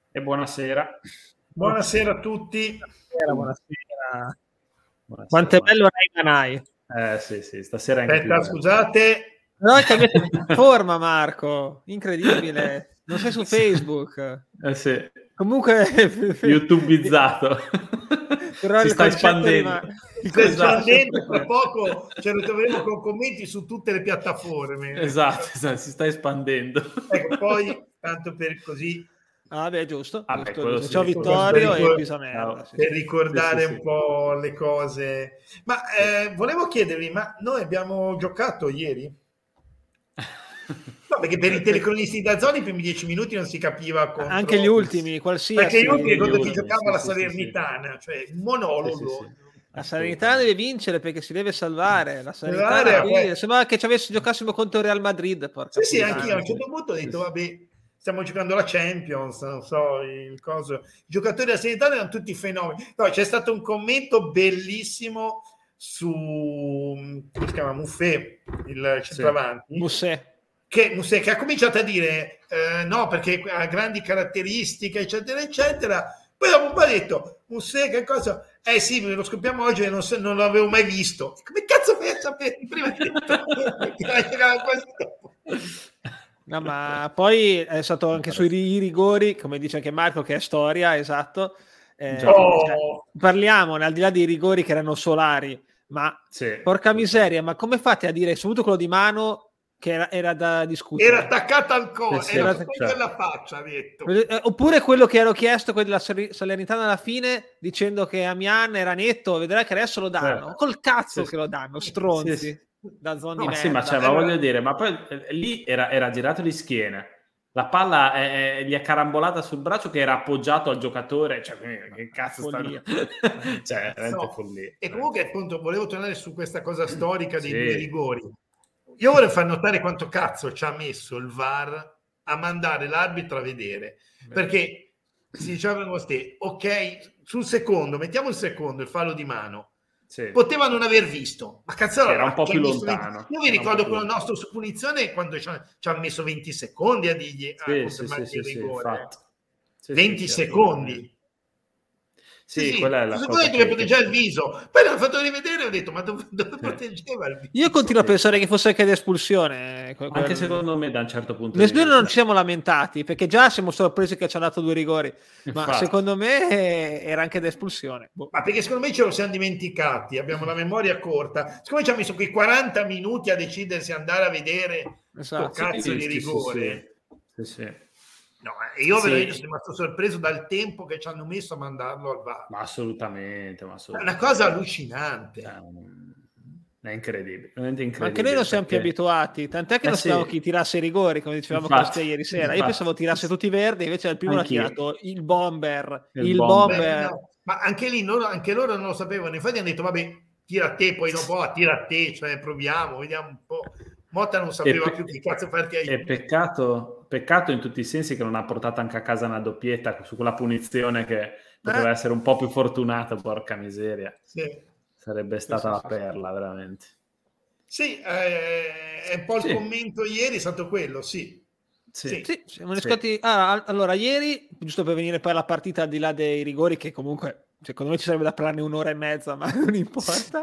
E buonasera. Buonasera a tutti. Buonasera. Quanto è bello Rai Manai. Sì, stasera è anche Aspetta, più scusate. No, è cambiata piattaforma, Marco. Incredibile. Non sei su Facebook. Sì. Comunque YouTubeizzato. Però si sta espandendo. Sta espandendo, tra poco ce lo troveremo con commenti su tutte le piattaforme. Esatto, si sta espandendo. Ecco, poi, tanto per così... beh, giusto. Sì. Ciao Vittorio e Pisamerda. Per ricordare un po' le cose. Ma volevo chiedervi, ma noi abbiamo giocato ieri? No, perché per i telecronisti da zona i primi 10 minuti non si capiva contro... Anche gli ultimi, qualsiasi. Perché gli ultimi quando si giocava la Salernitana, cioè un monologo. La Salernitana deve vincere perché si deve salvare. La Salernitana qui, sembra che giocassimo contro il Real Madrid. Sì, anch'io a un certo punto ho detto, vabbè, stiamo giocando la Champions, non so, il coso. I giocatori della Salernitana erano tutti fenomeni. No, c'è stato un commento bellissimo su, come si chiama, Muffet, il centravanti. Mussè, che ha cominciato a dire no, perché ha grandi caratteristiche, eccetera, eccetera. Poi dopo un po' ha detto, Mussè, che cosa? Sì, lo scopriamo oggi e non l'avevo mai visto. Come cazzo fai a sapere? Prima hai detto No, ma poi è stato anche sui rigori, come dice anche Marco, che è storia, esatto. Parliamone, al di là dei rigori che erano solari, ma porca miseria, ma come fate a dire, soprattutto quello di mano, che era da discutere? Era attaccata al collo, era nella faccia, ha detto. Oppure quello che ero chiesto, quello della Salernitana alla fine, dicendo che Amian era netto, vedrai che adesso lo danno. Col cazzo che lo danno, stronzi. Da zona di merda. Ma voglio dire, ma poi lì era girato di schiena. La palla gli è carambolata sul braccio che era appoggiato al giocatore. Cioè, che cazzo follia. Cioè, veramente follia. E comunque, appunto, volevo tornare su questa cosa storica dei due rigori. Io vorrei far notare quanto cazzo ci ha messo il VAR a mandare l'arbitro a vedere. Perché si diceva ok, sul secondo, mettiamo il secondo, il fallo di mano. Poteva non aver visto, ma cazzo era un po' più lontano. Io mi ricordo quello nostro su punizione quando ci hanno messo 20 secondi a dirgli confermare il rigore. 20 secondi. Quella è la cosa che proteggeva il viso. Poi l'hanno fatto rivedere e ho detto, ma dove proteggeva il viso? Io continuo a pensare che fosse anche l'espulsione. Anche secondo me, da un certo punto di vista. Non ci siamo lamentati, perché già siamo sorpresi che ci hanno dato 2 rigori. Ma secondo me era anche l'espulsione. Ma perché secondo me ce lo siamo dimenticati, abbiamo la memoria corta. Secondo me ci ha messo quei 40 minuti a decidersi andare a vedere sto cazzo di rigore. Sì. No, io veramente sono rimasto sorpreso dal tempo che ci hanno messo a mandarlo al VAR. Ma assolutamente. È una cosa allucinante. È incredibile, veramente incredibile. Anche noi non siamo più abituati, tant'è che non sapevamo chi tirasse i rigori, come dicevamo con te ieri sera. Io pensavo tirasse tutti verdi, invece il primo l'ha tirato il bomber. No, ma anche lì anche loro non lo sapevano, infatti hanno detto vabbè, tira a te, poi dopo tira a te, cioè proviamo, vediamo un po'. Motta non sapeva più che cazzo farti aiutare. Peccato in tutti i sensi che non ha portato anche a casa una doppietta su quella punizione che poteva essere un po' più fortunata, porca miseria. Sarebbe stata la perla, veramente. Sì, è un po' il commento ieri è stato quello, siamo riscotti. Allora, ieri, giusto per venire poi alla partita al di là dei rigori, che comunque secondo me ci sarebbe da parlarne 1 ora e mezza, ma non importa.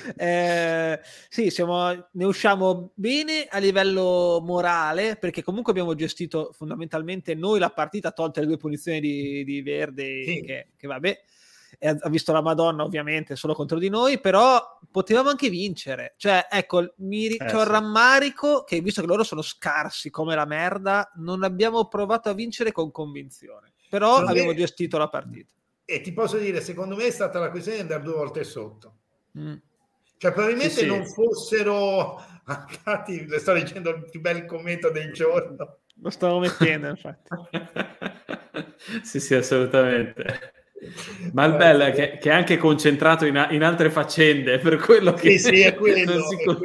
Ne usciamo bene a livello morale, perché comunque abbiamo gestito fondamentalmente noi la partita, tolte le 2 punizioni di Verde, che vabbè, ha visto la Madonna ovviamente solo contro di noi, però potevamo anche vincere. Cioè, ecco, c'ho il rammarico che, visto che loro sono scarsi come la merda, non abbiamo provato a vincere con convinzione, però abbiamo gestito la partita. E ti posso dire, secondo me è stata la questione di andare 2 volte sotto. Cioè, probabilmente non fossero andati, le sto leggendo il più bel commento del giorno. Lo stavo mettendo, infatti. Sì, assolutamente. Ma il bello è che è anche concentrato in altre faccende, per quello che... è quello.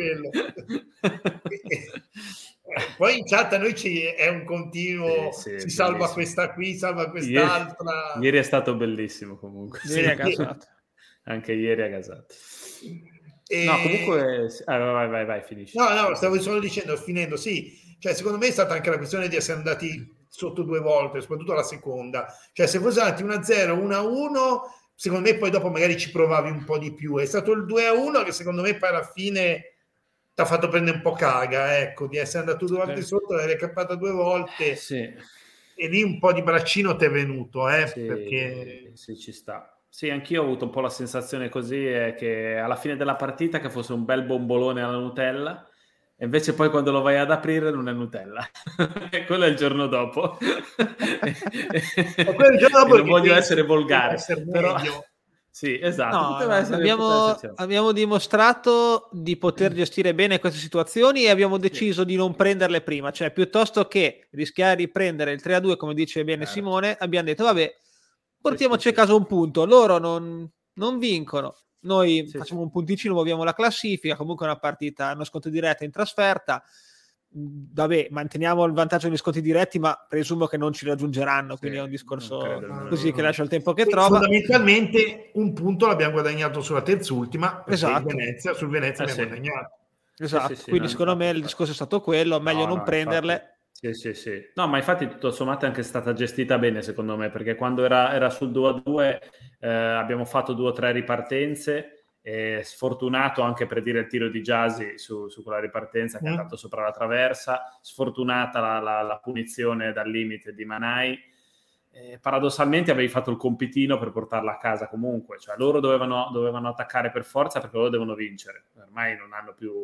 Poi in chat a noi è un continuo, si salva questa qui, salva quest'altra. Ieri è stato bellissimo comunque. Ieri è gasato. Anche ieri è gasato. No, comunque... vai, finisci. No, stavo solo dicendo, finendo, cioè secondo me è stata anche la questione di essere andati sotto 2 volte, soprattutto la seconda. Cioè se fosse andati 1-0, 1-1, secondo me poi dopo magari ci provavi un po' di più. È stato il 2-1 che secondo me poi alla fine ti ha fatto prendere un po' caga, ecco, di essere andato 2 volte sotto, l'avevi cappata 2 volte, e lì un po' di braccino ti è venuto, perché... Sì, ci sta. Sì, anch'io ho avuto un po' la sensazione così, che alla fine della partita che fosse un bel bombolone alla Nutella, e invece poi quando lo vai ad aprire non è Nutella. E quello è il giorno dopo. Quello il giorno dopo non voglio essere volgare, però... Sì, esatto. Abbiamo dimostrato di poter gestire bene queste situazioni e abbiamo deciso di non prenderle prima, cioè piuttosto che rischiare di prendere il 3-2, come dice bene Simone, abbiamo detto vabbè, portiamoci a casa un punto, loro non vincono, noi facciamo un punticino, muoviamo la classifica, comunque è una partita, uno sconto diretto in trasferta, vabbè, manteniamo il vantaggio degli sconti diretti, ma presumo che non ci raggiungeranno, quindi è un discorso così che lascia il tempo che trova. Fondamentalmente un punto l'abbiamo guadagnato sulla terzultima, perché sul Venezia abbiamo guadagnato. Esatto, quindi secondo me il discorso è stato quello, meglio non prenderle. Infatti, sì. No, ma infatti tutto sommato è anche stata gestita bene secondo me, perché quando era sul 2-2 abbiamo fatto 2 o 3 ripartenze, sfortunato anche per dire il tiro di Gyasi su quella ripartenza che è andato sopra la traversa, sfortunata la punizione dal limite di Manai. Paradossalmente avevi fatto il compitino per portarla a casa comunque, cioè loro dovevano attaccare per forza perché loro devono vincere, ormai non hanno più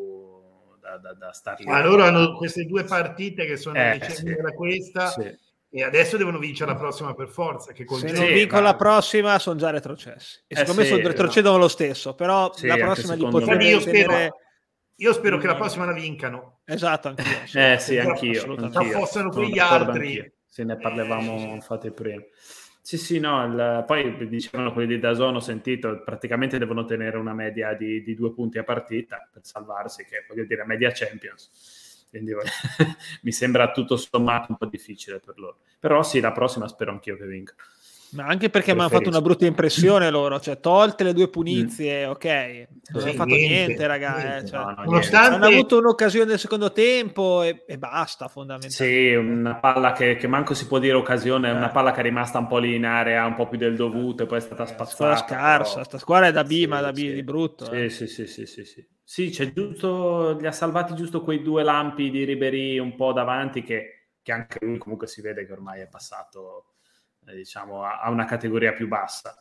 da stare lì. Ma loro hanno queste 2 partite che sono da questa, e adesso devono vincere la prossima per forza, che se non vincono la prossima sono già retrocessi, e secondo me retrocedono lo stesso, però la prossima li potrebbe io spero che la prossima la vincano. Esatto, anch'io. Anch'io. Affossano quegli altri. Anch'io. Se ne parlavamo infatti prima. Sì, no, poi dicevano quelli di DAZN, ho sentito, praticamente devono tenere una media di 2 punti a partita per salvarsi, che voglio dire media Champions. Quindi mi sembra tutto sommato un po' difficile per loro. Però sì, la prossima spero anch'io che vinca. Ma anche perché mi hanno fatto una brutta impressione loro, cioè tolte le 2 punizie, ok, non hanno fatto niente, ragazzi. Cioè, hanno avuto un'occasione nel secondo tempo e basta, fondamentalmente. Sì, una palla che manco si può dire occasione, è una palla che è rimasta un po' lì in area, un po' più del dovuto, e poi è stata spazzata. Scarsa, sta squadra è da B, ma da B di brutto. Sì. Sì, c'è giusto, li ha salvati giusto quei 2 lampi di Ribéry un po' davanti, che anche lui comunque si vede che ormai è passato, diciamo, a una categoria più bassa.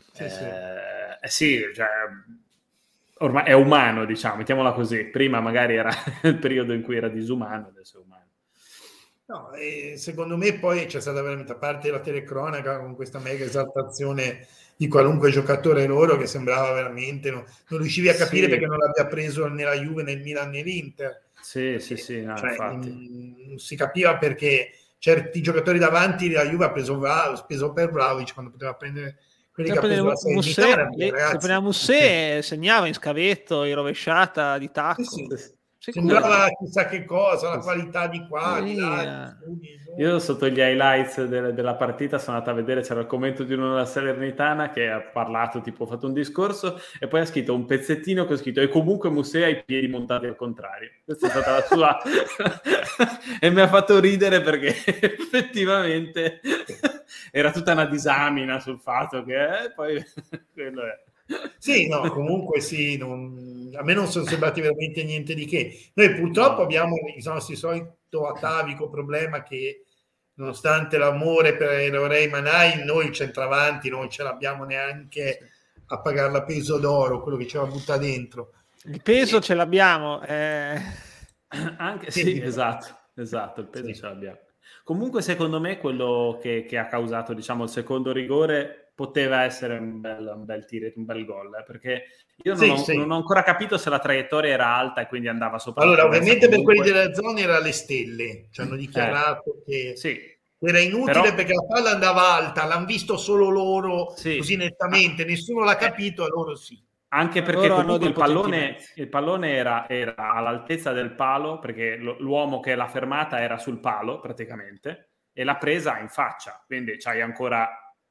Cioè, ormai è umano, diciamo, mettiamola così. Prima magari era il periodo in cui era disumano, adesso è umano. No, e secondo me poi c'è stata veramente, a parte la telecronaca con questa mega esaltazione di qualunque giocatore loro, che sembrava veramente non riuscivi a capire perché non l'abbia preso nella Juve, nel Milan, nell'Inter. Sì, no, cioè, infatti. Non si capiva perché certi giocatori davanti la Juve ha speso per Vlahovic quando poteva prendere quelli che ha preso la Serie Mussè segnava in scavetto, in rovesciata, di tacco. Sembrava chissà che cosa, la qualità di qua, di là. Io sotto gli highlights della partita sono andato a vedere, c'era il commento di una Salernitana che ha parlato, tipo ha fatto un discorso e poi ha scritto un pezzettino che ho scritto: e comunque Mussè ha i piedi montati al contrario. Questa è stata la sua e mi ha fatto ridere perché effettivamente era tutta una disamina sul fatto che poi quello è. Sì, no, comunque sì, a me non sono sembrati veramente niente di che. Noi purtroppo abbiamo il nostro solito atavico problema che, nonostante l'amore per Rei Manai, noi il centravanti non ce l'abbiamo neanche a pagare la peso d'oro, quello che ce la butta dentro. Il peso ce l'abbiamo. Anche sì, esatto, il peso ce l'abbiamo. Comunque secondo me quello che ha causato, diciamo, il secondo rigore poteva essere un bel tiro, un bel gol, perché io non ho ancora capito se la traiettoria era alta e quindi andava sopra. Allora, ovviamente per quelli della zona era alle stelle, ci hanno dichiarato che era inutile, perché la palla andava alta, l'hanno visto solo loro così nettamente, nessuno l'ha capito, e loro sì. Anche perché comunque il pallone era all'altezza del palo, perché l'uomo che l'ha fermata era sul palo praticamente, e l'ha presa in faccia, quindi c'hai ancora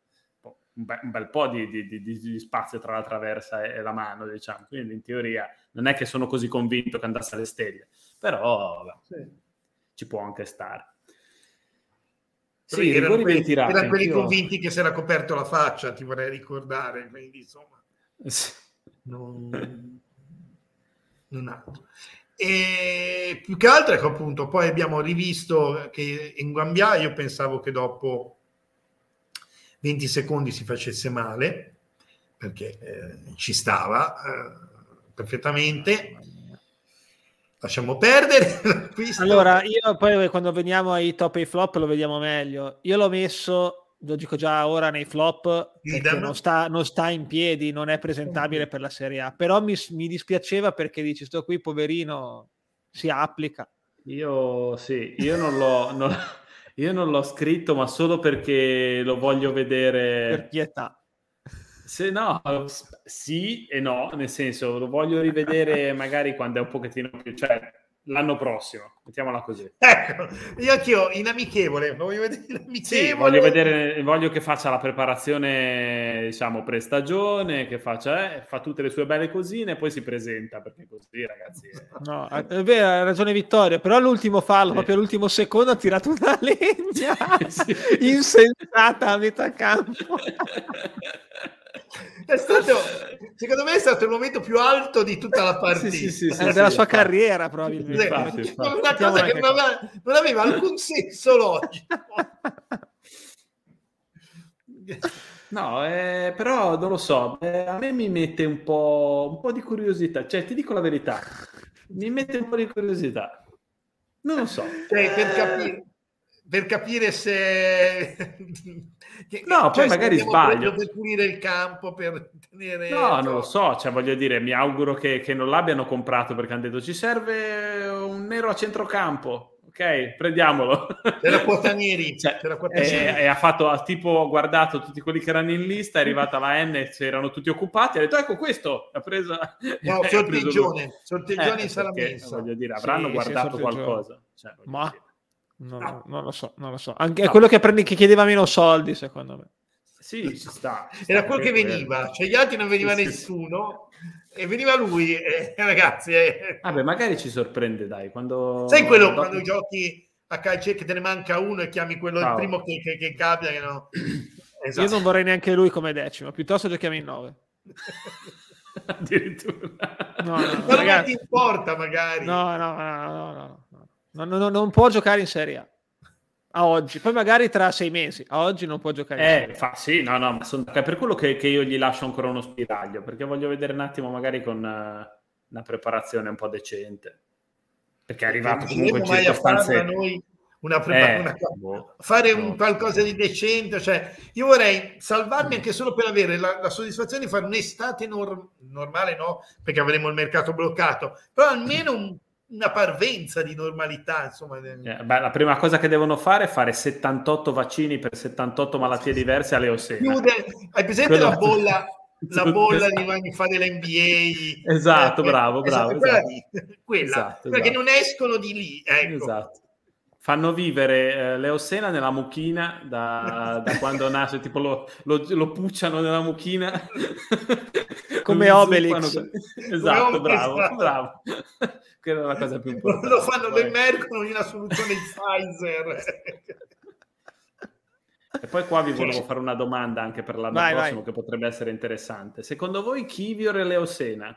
un bel po' di spazio tra la traversa e la mano, diciamo. Quindi in teoria non è che sono così convinto che andasse alle stelle, però ci può anche stare. Sì, erano ben tirati, erano quelli convinti che si era coperto la faccia, ti vorrei ricordare, quindi insomma non altro. E più che altro, ecco, appunto, poi abbiamo rivisto che in Guambia io pensavo che dopo 20 secondi si facesse male, perché ci stava perfettamente. Lasciamo perdere. Allora, io poi quando veniamo ai top e ai flop lo vediamo meglio. Io l'ho messo, lo dico già ora, nei flop perché non sta in piedi, non è presentabile per la Serie A. Però mi dispiaceva perché dici, sto qui poverino, si applica. Io non l'ho scritto, ma solo perché lo voglio vedere. Per pietà. Se no, sì e no, nel senso lo voglio rivedere magari quando è un pochettino più, cioè l'anno prossimo, mettiamola così. Ecco, io anch'io in amichevole, voglio vedere in amichevole. Sì, voglio che faccia la preparazione, diciamo, pre-stagione, che fa tutte le sue belle cosine e poi si presenta, perché così, ragazzi... No, è vero, ha ragione Vittorio, però l'ultimo fallo, proprio all'ultimo secondo, ha tirato una legna insensata a metà campo. È stato, secondo me è stato il momento più alto di tutta la partita, della sua carriera probabilmente. Una cosa che non aveva alcun senso logico. No, però non lo so, a me mi mette un po' di curiosità, cioè ti dico la verità, mi mette un po' di curiosità, non lo so. Per capire se... No, poi magari sbaglio. Per pulire il campo, per tenere... No, non lo so, cioè voglio dire, mi auguro che non l'abbiano comprato perché hanno detto ci serve un nero a centrocampo, ok, prendiamolo. C'era Quatanieri. E ha tipo guardato tutti quelli che erano in lista, è arrivata la N, c'erano tutti occupati, ha detto ecco questo, ha preso... No, sorteggione in sala messa. Voglio dire, avranno guardato qualcosa. Cioè, ma... Non lo so. Anche quello che chiedeva meno soldi, secondo me. Sì, ci sta. Era quello che veniva, cioè gli altri non veniva nessuno e veniva lui, ragazzi. Vabbè, magari ci sorprende, dai. Quando giochi a calcio che te ne manca uno e chiami quello il primo che cambia. Che no. Esatto. Io non vorrei neanche lui come decimo, piuttosto giochiamo in 9. Addirittura. Ma non ti importa, magari. No. Non può giocare in Serie A a oggi, poi magari tra 6 mesi, a oggi non può giocare in Serie A. Sì, no, ma è per quello che io gli lascio ancora uno spiraglio, perché voglio vedere un attimo magari con una preparazione un po' decente, perché è arrivato comunque in circostanze... fare qualcosa di decente, cioè io vorrei salvarmi anche solo per avere la soddisfazione di fare un'estate normale, no, perché avremo il mercato bloccato, però almeno una parvenza di normalità, insomma. La prima cosa che devono fare è fare 78 vaccini per 78 malattie diverse alle Osena. Hai presente la bolla di quando fare l'NBA? Esatto, bravo. Quella, perché non escono di lì, ecco. Esatto. Fanno vivere Leo Sena nella mucchina da quando nasce, tipo lo pucciano nella mucchina come Obelix. Esatto, bravo. Quella è la cosa più importante. Lo immergono in una soluzione di Pfizer. E poi qua vi volevo fare una domanda anche per l'anno prossimo che potrebbe essere interessante. Secondo voi Kivior e Leo Sena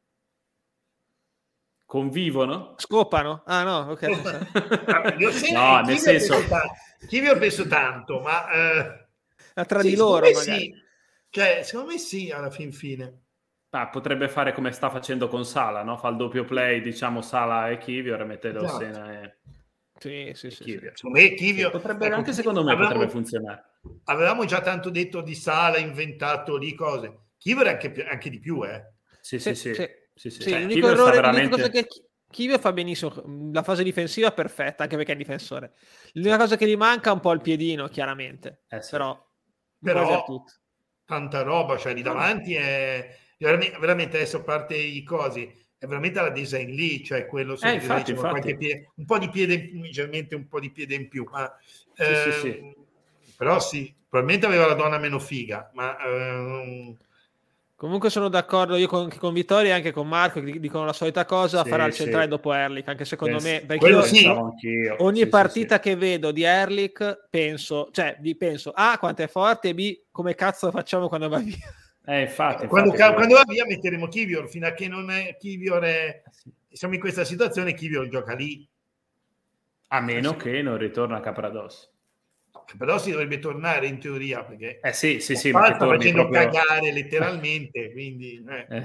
convivono? Scopano? Ah no, ok. No, nel senso... Kivior penso tanto, ma... tra di loro magari. Sì. Cioè, secondo me sì, alla fine. Potrebbe fare come sta facendo con Sala, no? Fa il doppio play, diciamo Sala e Kivior e mette Leo Sena e... Sì. Secondo me Kivior... Anche secondo me potrebbe funzionare. Avevamo già tanto detto di Sala, inventato di cose. Kivior anche di più, Sì. L'unico errore, l'unica cosa che Kivior fa benissimo, la fase difensiva perfetta, anche perché è difensore. L'unica cosa che gli manca è un po' il piedino, chiaramente. Però tanta roba, cioè lì davanti è veramente adesso, a parte i cosi, è veramente la design lì, cioè quello infatti. Un po' di piede, leggermente un po' di piede in più, ma sì. Però sì, probabilmente aveva la donna meno figa, ma Comunque sono d'accordo io con Vittorio e anche con Marco, che dicono la solita cosa, farà il centrale dopo Ehrlich, anche secondo me, perché io ogni partita che vedo di Ehrlich penso, A, quanto è forte, e B, come cazzo lo facciamo quando va via. Infatti, quando va via metteremo Kiwior, fino a che non è Kiwior siamo in questa situazione, Kiwior gioca lì. A meno che non ritorna a Capradossi. Però si dovrebbe tornare in teoria, perché sì, ma che sta facendo cagare letteralmente, quindi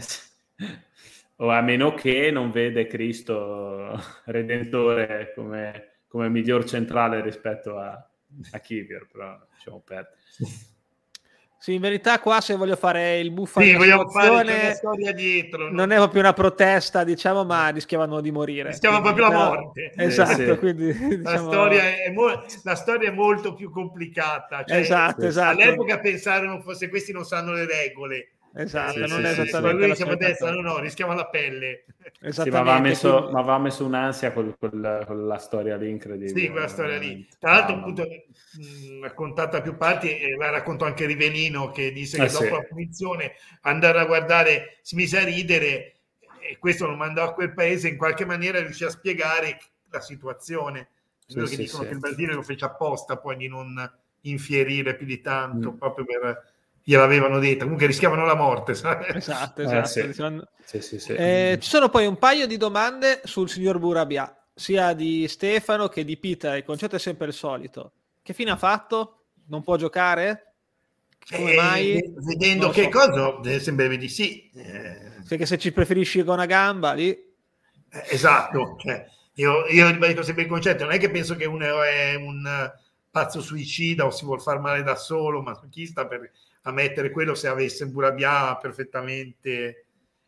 o a meno che non vede Cristo Redentore come miglior centrale rispetto a Kiwior, però lasciamo perdere. Sì, in verità qua se voglio fare il buffo vogliamo fare una storia dietro, non è proprio una protesta, diciamo, ma rischiavano di morire. Rischiavano proprio la morte. Esatto, quindi diciamo... la storia è molto più complicata. Cioè, esatto. All'epoca pensarono forse questi non sanno le regole. Esatto, non è esattamente siamo a destra, no, rischiamo la pelle. Sì, ma aveva messo un'ansia con la storia lì incredibile. Sì, quella storia lì. Tra l'altro, appunto, raccontata a più parti, e la raccontò anche Rivelino, che disse che dopo la punizione andare a guardare, si mise a ridere, e questo lo mandò a quel paese, in qualche maniera riuscì a spiegare la situazione. Che dicono che il Brasile lo fece apposta poi di non infierire più di tanto, proprio per... gliel'avevano detto, comunque rischiavano la morte. Esatto. Sì. Ci sono poi un paio di domande sul signor Burabia, sia di Stefano che di Peter. Il concetto è sempre il solito. Che fine ha fatto? Non può giocare? Come mai? Vedendo che cosa, sembrerebbe di sì. Perché se ci preferisci con una gamba lì... Esatto. Io ribadisco sempre il concetto, non è che penso che uno è un pazzo suicida o si vuol far male da solo, ma chi sta per ammettere quello se avesse Burabia perfettamente...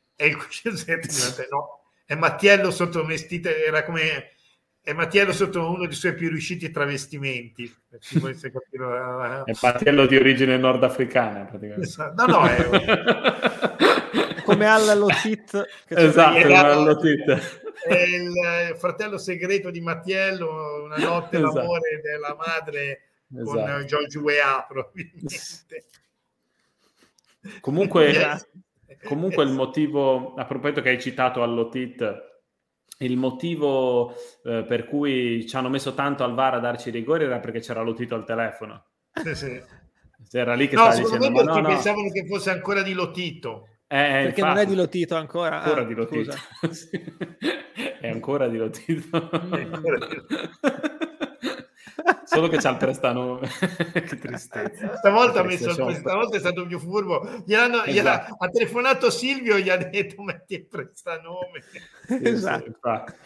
No, è Mattiello sotto vestite, era come è Mattiello sotto uno dei suoi più riusciti travestimenti, per chi volesse capire. È Mattiello di origine nordafricana praticamente. No, è come Al-Lotit, esatto, come Al-Lotit. È il fratello segreto di Mattiello, una notte l'amore della madre con Giorgio Weah, probabilmente. Comunque il motivo, a proposito che hai citato Al-Lotit, il motivo per cui ci hanno messo tanto al VAR a darci rigori era perché c'era Lotito al telefono. Sì. Era lì che stava dicendo, ma no, pensavano che fosse ancora di Lotito. Perché infatti, non è di Lotito ancora. Ancora di Lotito. È ancora di Lotito. Solo che c'ha il prestanome. Che tristezza. Stavolta è stato più furbo. Ha telefonato Silvio e gli ha detto metti il prestanome. Esatto.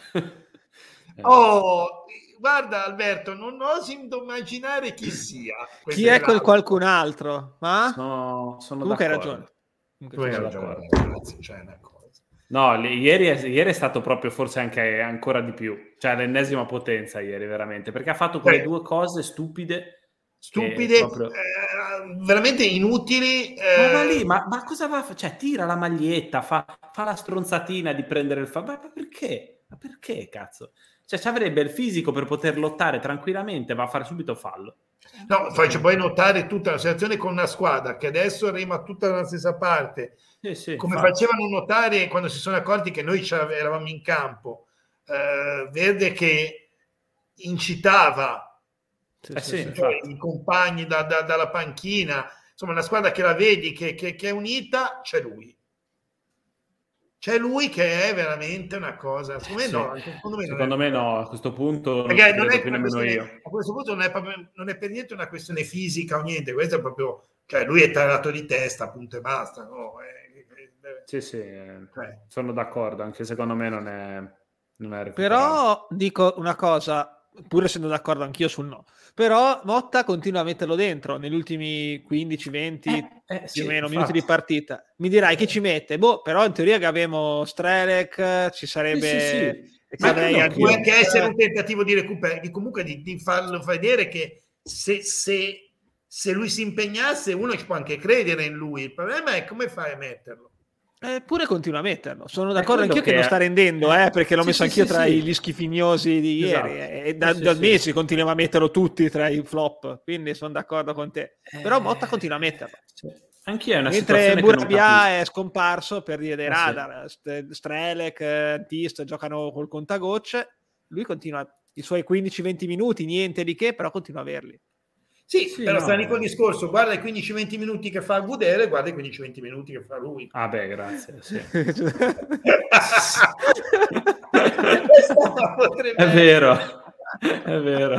Guarda Alberto, non oso immaginare chi sia. Chi è quel qualcun altro? Ma? Sono comunque hai ragione. Ragazzi, c'è una cosa. No, ieri è stato proprio forse anche ancora di più, cioè l'ennesima potenza ieri veramente, perché ha fatto quelle due cose stupide, proprio... veramente inutili. Ma cosa va? Cioè tira la maglietta, fa la stronzatina di prendere il fallo, ma perché? Ma perché cazzo? Cioè ci avrebbe il fisico per poter lottare tranquillamente, va a fare subito fallo. No, faccio poi notare tutta la situazione con una squadra che adesso rema tutta dalla stessa parte. Come facevano notare quando si sono accorti che noi eravamo in campo, Verde che incitava i compagni dalla panchina, insomma una squadra che la vedi che è unita, c'è lui che è veramente una cosa. Secondo me no, a questo punto non è più nemmeno io. A questo punto non è per niente una questione fisica o niente, questo è proprio, cioè lui è tarato di testa, punto e basta, no? Sono d'accordo, anche secondo me non è però dico una cosa, pur essendo d'accordo anch'io sul no, però Motta continua a metterlo dentro negli ultimi 15-20 più o meno minuti di partita. Mi dirai chi ci mette? Però in teoria che abbiamo Strelec, ci sarebbe ma può anche essere un tentativo di recupero, comunque di farlo vedere che se lui si impegnasse uno ci può anche credere in lui, il problema è come fai a metterlo. Eppure continua a metterlo. Sono d'accordo anch'io che non sta rendendo, perché l'ho messo anch'io tra gli schifignosi di ieri. E da mesi continuiamo a metterlo tutti tra i flop, quindi sono d'accordo con te. Però Motta continua a metterlo. Anch'io è una Mentre situazione che non Burabia capisco. è scomparso per via dei radar. Sì. Strelec, Tist giocano col contagocce, lui continua i suoi 15-20 minuti, niente di che, però continua a averli. Sì, però sta lì col discorso, guarda i 15-20 minuti che fa Agudelo e guarda i 15-20 minuti che fa lui. Ah beh, grazie, sì. È vero, è vero.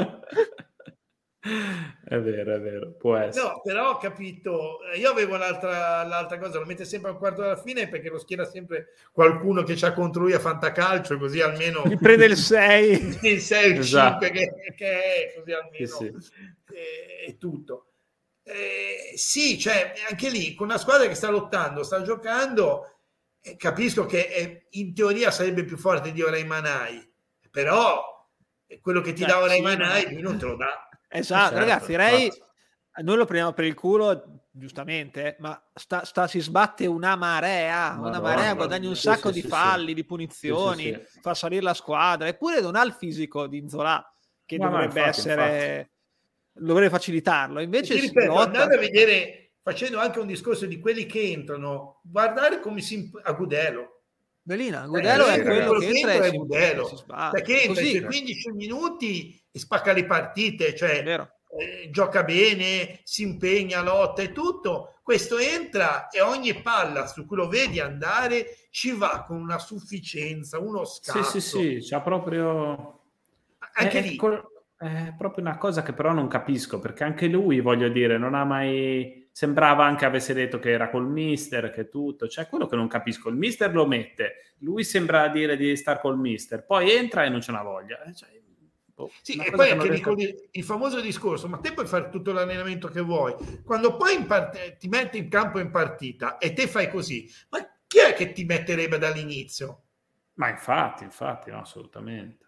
È vero, può essere. No, però ho capito, io avevo l'altra cosa, lo mette sempre al quarto alla fine perché lo schiera sempre qualcuno che c'ha contro lui a fantacalcio, così almeno gli prende il 6. il 6 il Esatto. 5 che è, così almeno Sì. è tutto. Sì, cioè anche lì con una squadra che sta lottando, sta giocando, capisco che in teoria sarebbe più forte di Orei Manai, però quello che ti dà Orei Manai lui non te lo dà. Esatto, certo, ragazzi, Ray, noi lo prendiamo per il culo, giustamente, ma si sbatte una marea, guadagna un sacco di falli, di punizioni, fa salire la squadra, eppure non ha il fisico di Nzola, che dovrebbe essere, dovrebbe facilitarlo. Invece ti ripeto, andando a vedere, facendo anche un discorso di quelli che entrano, guardare come Agudelo. Agudelo è quello che entra e si sbatte. Perché entra i 15 minuti e spacca le partite, cioè gioca bene, si impegna, lotta e tutto. Questo entra e ogni palla su cui lo vedi andare ci va con una sufficienza, uno scatto. Sì, c'ha proprio... Anche lì. È proprio una cosa che però non capisco, perché anche lui, voglio dire, non ha mai... Sembrava anche avesse detto che era col mister, che tutto, cioè quello che non capisco, il mister lo mette, lui sembra dire di star col mister, poi entra e non ce n'ha voglia. Sì, e poi anche il famoso discorso, ma te puoi fare tutto l'allenamento che vuoi, quando poi ti metti in campo in partita e te fai così, ma chi è che ti metterebbe dall'inizio? Ma infatti, no, assolutamente.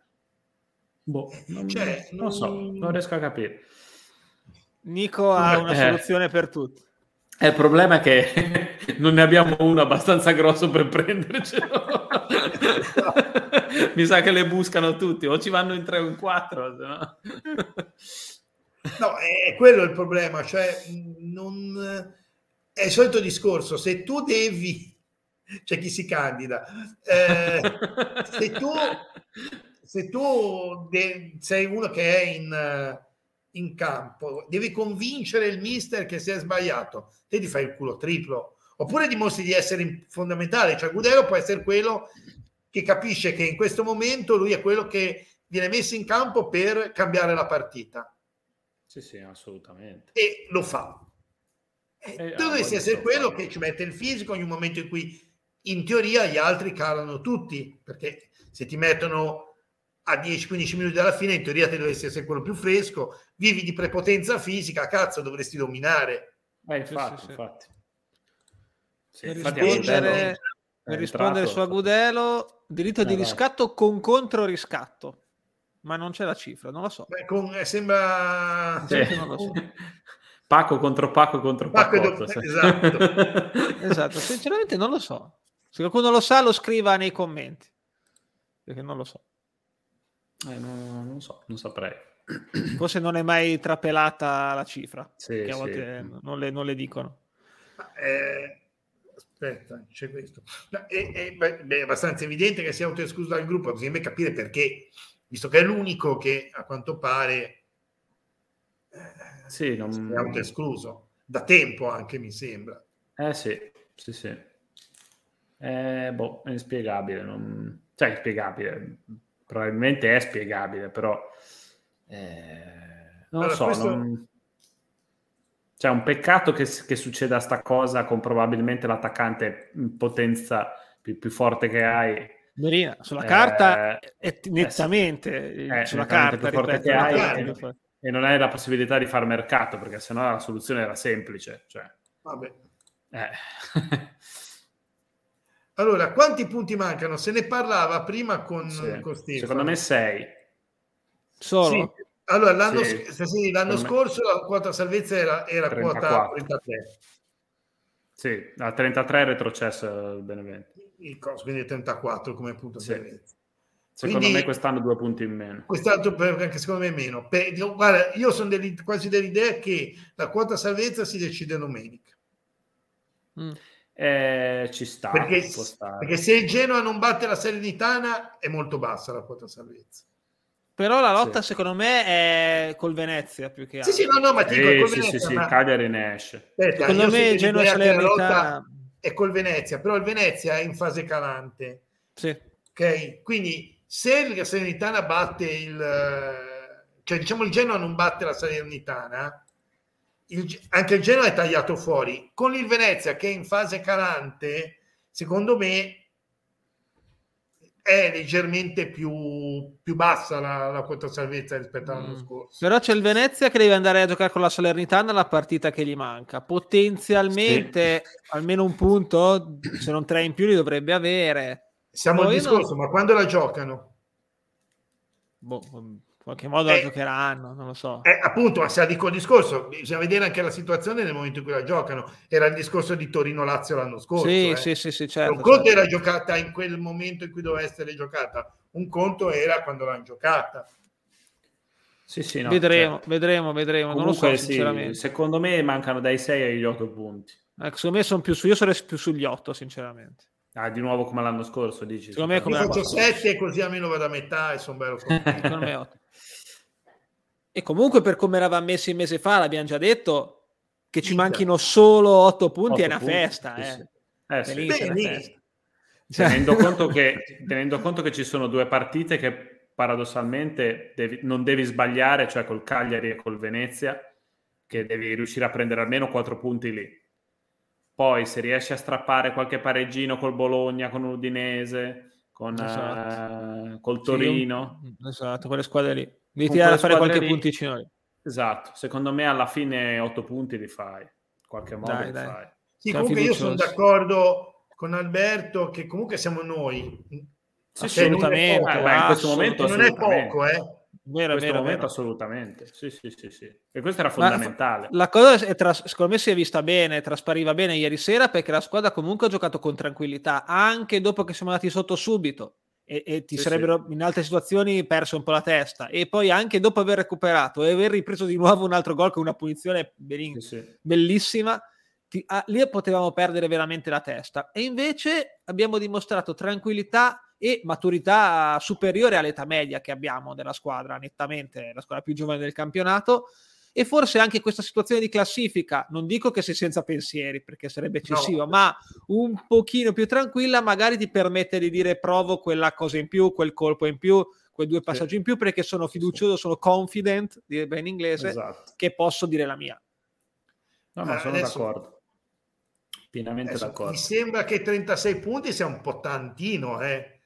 Non so, non riesco a capire. Nico ha una soluzione per tutto. Il problema è che non ne abbiamo uno abbastanza grosso per prendercelo. Mi sa che le buscano tutti, o ci vanno in 3 o in 4. No, è quello il problema, cioè non è il solito discorso, se tu devi, c'è chi si candida, se tu sei uno che è in campo, devi convincere il mister che si è sbagliato, te ti fai il culo triplo, oppure dimostri di essere fondamentale, cioè Agudelo può essere quello che capisce che in questo momento lui è quello che viene messo in campo per cambiare la partita. Sì, assolutamente. E lo fa. Tu dovresti essere quello che ci mette il fisico in un momento in cui in teoria gli altri calano tutti, perché se ti mettono a 10-15 minuti dalla fine, in teoria te dovresti essere quello più fresco, vivi di prepotenza fisica, cazzo, dovresti dominare. Infatti. Per rispondere su Agudelo, diritto di riscatto con controriscatto, ma non c'è la cifra, non lo so. Sembra... Non lo so. Paco contro Pacotto. Esatto, sinceramente non lo so. Se qualcuno lo sa lo scriva nei commenti, perché non lo so. Non so, non saprei. Forse non è mai trapelata la cifra, che a volte non le dicono. Aspetta, c'è questo. È abbastanza evidente che sia autoescluso dal gruppo, bisogna capire perché, visto che è l'unico che a quanto pare è autoescluso da tempo anche, mi sembra. Sì. È inspiegabile, cioè inspiegabile, probabilmente è spiegabile, però non lo so, cioè un peccato che succeda sta cosa con probabilmente l'attaccante in potenza più forte che hai. Merina, sulla carta è nettamente sulla carta più forte che hai, e non hai la possibilità di far mercato, perché sennò la soluzione era semplice, cioè. Vabbè. Allora, quanti punti mancano? Se ne parlava prima con Stefano. Secondo me 6. Solo? Sì. Allora, l'anno scorso la quota salvezza era quota 33. Sì, a 33 è retrocesso il Benevento. Quindi 34 come punto salvezza. Secondo me quest'anno 2 punti in meno. Quest'anno anche secondo me meno. Guarda, io sono quasi dell'idea che la quota salvezza si decide domenica. Ci sta, perché perché se il Genoa non batte la Salernitana è molto bassa la quota salvezza. Però la lotta secondo me è col Venezia più che altro. Sì, no, ma ti dico è col Venezia. Sì, il Cagliari ne esce. Aspetta, secondo me Genoa e Salernitana è col Venezia, però il Venezia è in fase calante. Sì. Ok, quindi se il Salernitana batte cioè diciamo il Genoa non batte la Salernitana, anche il Genoa è tagliato fuori. Con il Venezia che è in fase calante, secondo me è leggermente più bassa la quota salvezza rispetto all'anno scorso. Però c'è il Venezia che deve andare a giocare con la Salernitana la partita che gli manca. Potenzialmente almeno un punto, se non 3 in più, li dovrebbe avere. Siamo al discorso, ma quando la giocano? In qualche modo la giocheranno, non lo so. Appunto, ma se dico il discorso, bisogna vedere anche la situazione nel momento in cui la giocano. Era il discorso di Torino-Lazio l'anno scorso. Sì, certo. Un conto era giocata in quel momento in cui doveva essere giocata, un conto era quando l'hanno giocata. Sì, no, vedremo. Comunque, non lo so, sinceramente. Secondo me mancano dai 6 agli 8 punti. Secondo me sono io sarei più sugli 8, sinceramente. Di nuovo come l'anno scorso, dici? Secondo me io faccio 7 così almeno vado a metà e sono bello contento. Secondo me 8. E comunque per come eravamo messi il mese fa, l'abbiamo già detto, che ci manchino solo 8 punti è una festa. Sì. Festa. Tenendo conto che ci sono 2 partite che paradossalmente non devi sbagliare, cioè col Cagliari e col Venezia, che devi riuscire a prendere almeno 4 punti lì. Poi se riesci a strappare qualche pareggino col Bologna, con l'Udinese, col Torino, esatto, quelle squadre lì devi tirare a fare qualche punticino lì. Esatto, secondo me alla fine 8 punti li fai, in qualche modo li fai. Sì, comunque io sono d'accordo con Alberto che comunque siamo noi. Sì, assolutamente. In questo momento non è poco, Vero. assolutamente. Sì. E questo era fondamentale. La cosa secondo me si è vista bene, traspariva bene ieri sera, perché la squadra comunque ha giocato con tranquillità, anche dopo che siamo andati sotto subito e ti sarebbero in altre situazioni perso un po' la testa, e poi anche dopo aver recuperato e aver ripreso di nuovo un altro gol con una punizione bellissima, lì potevamo perdere veramente la testa, e invece abbiamo dimostrato tranquillità e maturità superiore all'età media che abbiamo della squadra, nettamente la squadra più giovane del campionato, e forse anche questa situazione di classifica, non dico che sei senza pensieri perché sarebbe eccessivo, ma un pochino più tranquilla magari ti permette di dire provo quella cosa in più, quel colpo in più, quei 2 passaggi in più, perché sono fiducioso, sono confident, direbbe in inglese, che posso dire la mia. No, sono d'accordo. Pienamente d'accordo. Mi sembra che 36 punti sia un po' tantino,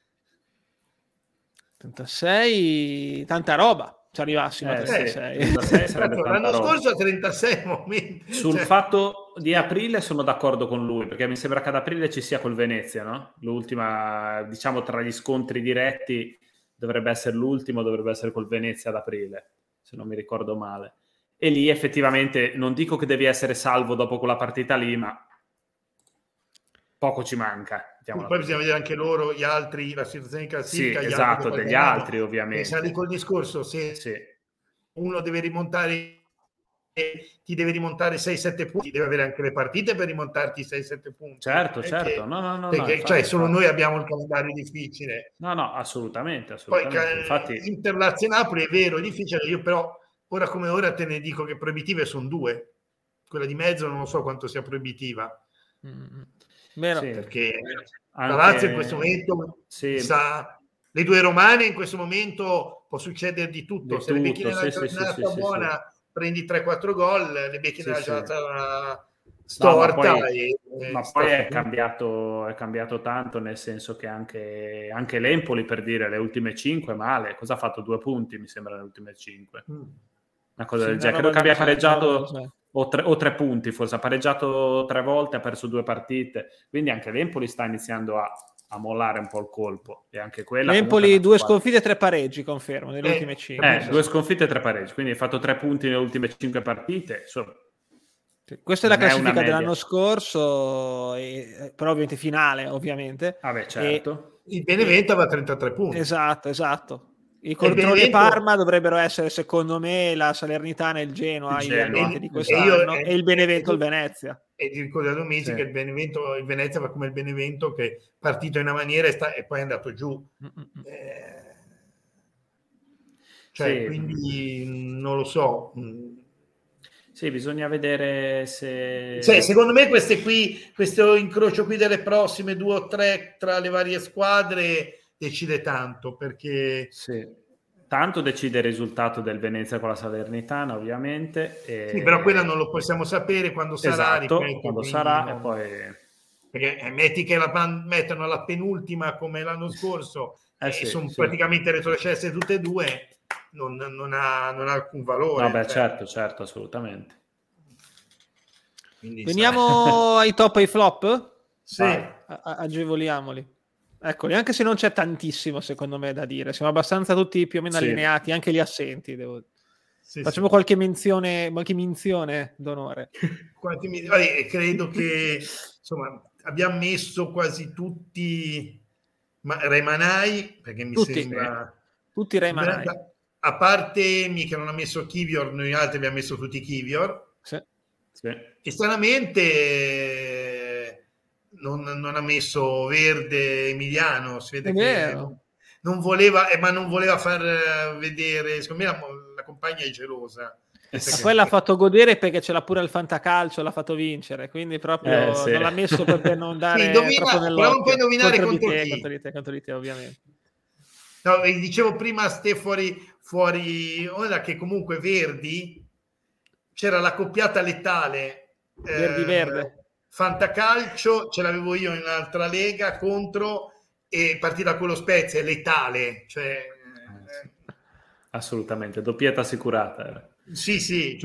36, tanta roba. Ci arrivassimo a 36. 36 l'anno scorso a 36 momenti. Sul fatto di aprile sono d'accordo con lui, perché mi sembra che ad aprile ci sia col Venezia, no? L'ultima, diciamo, tra gli scontri diretti dovrebbe essere col Venezia ad aprile, se non mi ricordo male. E lì effettivamente non dico che devi essere salvo dopo quella partita lì, ma poco ci manca. Poi bisogna vedere anche loro, gli altri, la situazione di classifica. Degli altri ovviamente. Pensare col discorso, se uno deve rimontare, ti deve rimontare 6-7 punti, deve avere anche le partite per rimontarti 6-7 punti. Certo. No. Perché solo noi abbiamo il calendario difficile. No, assolutamente. Poi Inter-Lazio-Napoli è vero, è difficile, io però ora come ora te ne dico che proibitive sono 2. Quella di mezzo non lo so quanto sia proibitiva. Perché la Lazio in questo momento le 2 romane in questo momento può succedere di tutto. Se le becchi nella giornata buona prendi 3-4 gol, le becchi nella giornata storta. Ma poi è cambiato tanto, nel senso che anche l'Empoli, per dire, le ultime 5 male, cosa ha fatto? 2 punti mi sembra le ultime 5. Una cosa del genere. Credo che abbia pareggiato o 3 punti, forse ha pareggiato 3 volte, ha perso 2 partite, quindi anche l'Empoli sta iniziando a mollare un po' il colpo, e anche quella l'Empoli 2 sconfitte e 3 pareggi, confermo, nelle ultime 5. 2 sconfitte e 3 pareggi, quindi hai fatto 3 punti nelle ultime 5 partite. Questa è la classifica dell'anno scorso, però ovviamente finale, ovviamente. Certo. Il Benevento aveva 33 punti. Esatto. I controlli Parma dovrebbero essere, secondo me, la Salernitana e il Genoa di quest'anno, e il Benevento e il Venezia. E ti ricordo Domenici che il Venezia va come il Benevento, che è partito in una maniera e poi è andato giù. Quindi non lo so. Sì, bisogna vedere se... secondo me questo incrocio qui delle prossime 2 o 3 tra le varie squadre decide tanto, perché... Sì, tanto decide il risultato del Venezia con la Salernitana, ovviamente. Sì, però quella non lo possiamo sapere quando sarà. Esatto, quando sarà, e poi... Perché metti che mettono la penultima come l'anno scorso, sono praticamente retrocesse tutte e due, non ha alcun valore. No, certo, assolutamente. Quindi, veniamo ai top e ai flop? Sì. Agevoliamoli. Eccoli, anche se non c'è tantissimo secondo me da dire, siamo abbastanza tutti più o meno allineati, anche gli assenti. Facciamo qualche menzione d'onore. Credo che insomma abbiamo messo quasi tutti Remanai, perché mi sembra tutti Remanai. A parte che non ha messo Kivior, noi altri abbiamo messo tutti Kivior. Sì. E stranamente non ha messo Verde Emiliano, si vede che non voleva, ma non voleva far vedere, secondo me la compagna è gelosa. Poi l'ha fatto godere perché ce l'ha pure il fantacalcio, l'ha fatto vincere, quindi proprio non l'ha messo per non dare troppo nell'occhio. Però non puoi indovinare contro di te, ovviamente. No, dicevo prima a te fuori ora che comunque Verdi c'era la coppiata letale Verdi-Verde. Fantacalcio ce l'avevo io in un'altra lega contro, e partita con lo Spezia, letale, assolutamente, doppietta assicurata. Sì.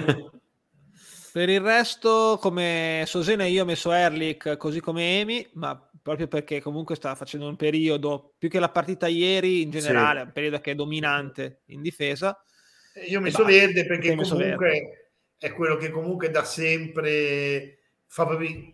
Per il resto, come Sosena, io ho messo Erlich così come Emi, ma proprio perché comunque stava facendo un periodo, più che la partita ieri in generale, un periodo che è dominante in difesa. Io ho messo Verde perché comunque è quello che comunque da sempre fa proprio,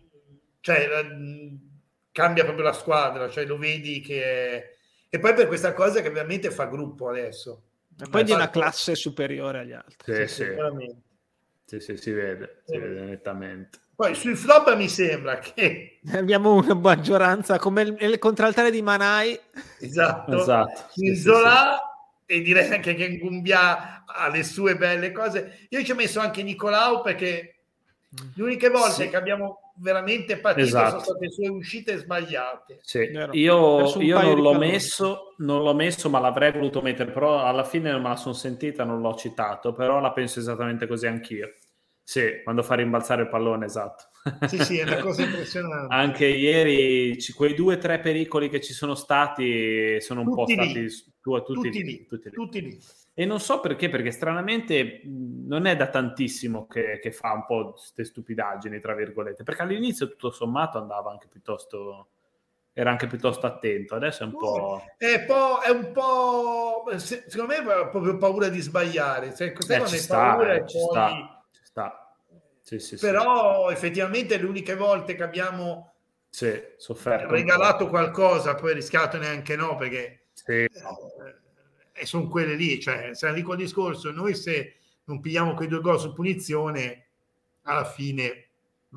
cambia proprio la squadra, lo vedi che e poi per questa cosa che veramente fa gruppo adesso. E poi di una classe superiore agli altri. Sì. Si vede nettamente. Poi sui flop mi sembra che abbiamo una maggioranza come il contraltare di Manai. Esatto. Zola, e direi anche che Ngumbia ha le sue belle cose. Io ci ho messo anche Nicolau perché le uniche volte che abbiamo veramente patito sono state sue uscite sbagliate. Io non l'ho messo, ma l'avrei voluto mettere, però alla fine non me la sono sentita, non l'ho citato, però la penso esattamente così anch'io. Sì, quando fa rimbalzare il pallone, esatto. Sì, è una cosa impressionante. Anche ieri quei 2 o 3 pericoli che ci sono stati sono un po' stati tutti lì. E non so perché stranamente non è da tantissimo che fa un po' queste stupidaggini, tra virgolette, perché all'inizio tutto sommato andava anche piuttosto, era anche piuttosto attento, adesso è un po'... È un po'... Secondo me è proprio paura di sbagliare, ci sta. Sì, però effettivamente le uniche volte che abbiamo sofferto regalato qualcosa, poi rischiato neanche perché e sono quelle lì, se dico il discorso, noi se non pigliamo quei 2 gol su punizione alla fine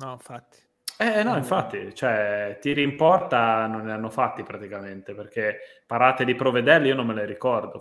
infatti tiri in porta non ne hanno fatti praticamente, perché parate di Provedelli io non me le ricordo,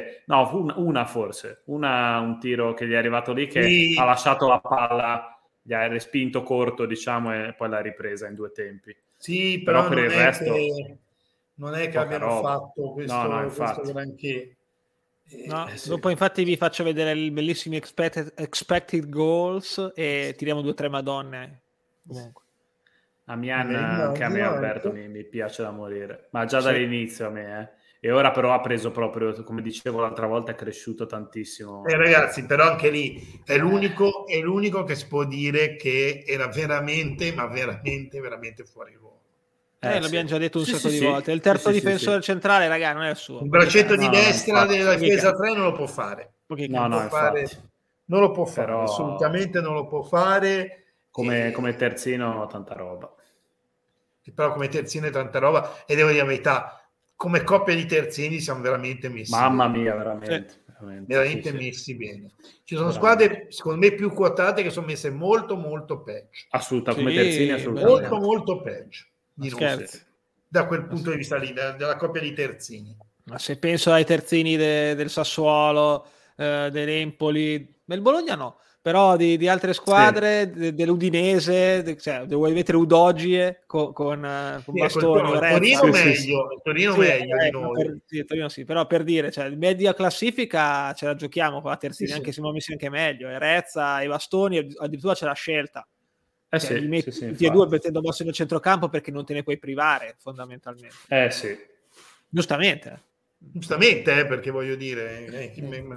un tiro che gli è arrivato lì che ha lasciato la palla, gli ha respinto corto e poi l'ha ripresa in 2 tempi. Però per il resto non è che abbiamo fatto questo granché. Dopo infatti vi faccio vedere il bellissimo expected goals e tiriamo 2 o 3 madonne comunque. Anche a me Alberto mi piace da morire, ma già dall'inizio a me e ora però ha preso proprio, come dicevo l'altra volta, è cresciuto tantissimo. Ragazzi, però anche lì è l'unico che si può dire che era veramente, ma veramente fuori ruolo. L'abbiamo già detto un sacco di volte. Il terzo difensore centrale, raga, non è il suo. Il braccetto di destra della difesa 3 non lo può fare. Non lo può fare, però... assolutamente non lo può fare. Come terzino tanta roba. Però come terzino è tanta roba, e devo dire la verità, come coppia di terzini siamo veramente messi mamma bene. mia, veramente Messi bene. Ci sono squadre secondo me più quotate che sono messe molto molto peggio, come terzini assolutamente molto peggio di noi, da quel punto di vista lì, della coppia di terzini. Ma se penso ai terzini del Sassuolo, dell'Empoli, del Bologna no, però di altre squadre, dell'Udinese, cioè vuoi mettere Udogie con Bastoni, Torino meglio di noi. Torino sì, però per dire, cioè media classifica ce la giochiamo con la terzina, anche se siamo messi anche meglio, Rezza e Bastoni, addirittura c'è la scelta. Li metti tutti e due mettendo Bastoni nel centrocampo perché non te ne puoi privare fondamentalmente. Giustamente, perché voglio dire,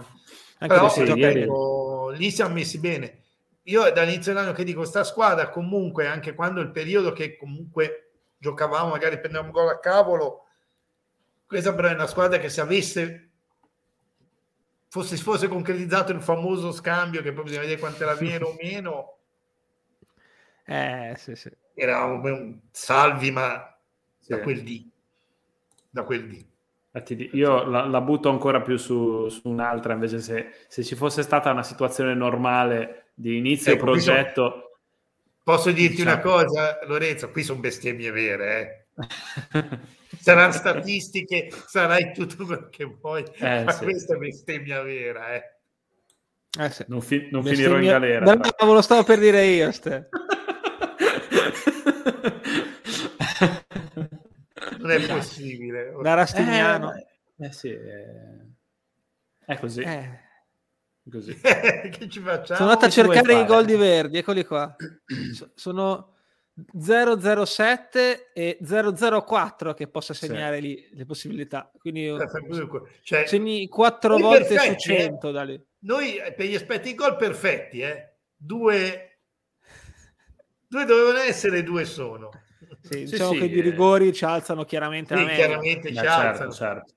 però lì siamo messi bene. Io dall'inizio dell'anno che dico, sta squadra comunque, anche quando il periodo che comunque giocavamo, magari prendevamo gol a cavolo, questa però è una squadra che se fosse concretizzato il famoso scambio, che poi bisogna vedere quanto era vero o meno, eravamo salvi, ma da quel dì. Io la butto ancora più su un'altra, invece se ci fosse stata una situazione normale di inizio progetto. Posso dirti una cosa, Lorenzo, qui sono bestemmie vere, saranno statistiche, sarai tutto quello che vuoi, ma questa è bestemmia vera, non finirò in galera. Lo stavo per dire io, non è possibile. Da Rastignano. È così. Così. Che ci facciamo? Sono andato a cercare i gol di Verdi, eccoli qua. Sono 007 e 004 che possa segnare lì le possibilità. Quindi segni 4 volte perfetti, su 100 da lì. Noi per gli aspetti gol perfetti, due dovevano essere, 2 sono. Diciamo che i rigori ci alzano chiaramente la media. Chiaramente ci alzano. Certo.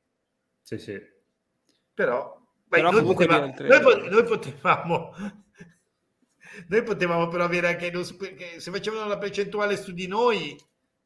Però noi potevamo però avere anche se facevano la percentuale su di noi,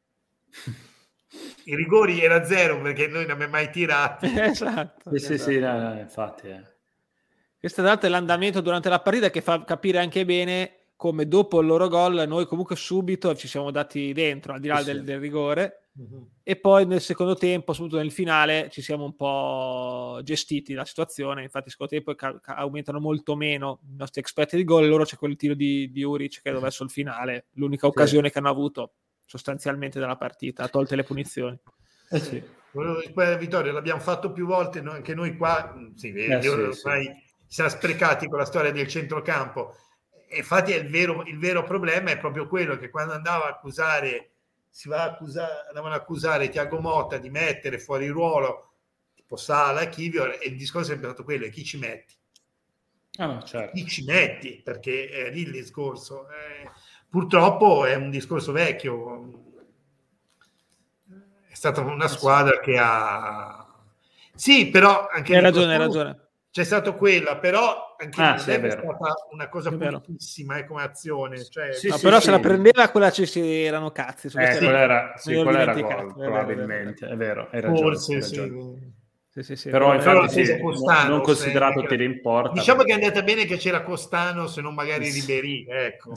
i rigori era 0 perché noi non abbiamo mai tirati. Esatto. Infatti. Questo è l'andamento durante la partita che fa capire anche bene come dopo il loro gol noi comunque subito ci siamo dati dentro, al di là del rigore, e poi nel secondo tempo, soprattutto nel finale, ci siamo un po' gestiti la situazione. Infatti nel secondo tempo aumentano molto meno i nostri expected goal, loro c'è quel tiro di Juric che è verso il finale, l'unica occasione che hanno avuto sostanzialmente dalla partita, tolte le punizioni. Vittorio, l'abbiamo fatto più volte, anche noi qua ormai siamo sprecati con la storia del centrocampo. Infatti il vero problema è proprio quello che quando andavano a accusare Thiago Motta di mettere fuori ruolo tipo Sala, Chivio, e il discorso è sempre stato quello: chi ci metti? Chi ci metti? Perché è lì il discorso. Purtroppo è un discorso vecchio. È stata una squadra che ha però anche hai ragione. C'è stato quella, però anche è stata una cosa pulitissima come azione. Però se la prendeva quella ci erano cazzi. Quella era gol, probabilmente. È vero, hai ragione. Forse però infatti non considerato tiro in porta. Diciamo che è andata bene che c'era Costano, se non magari Ribéry. Ecco.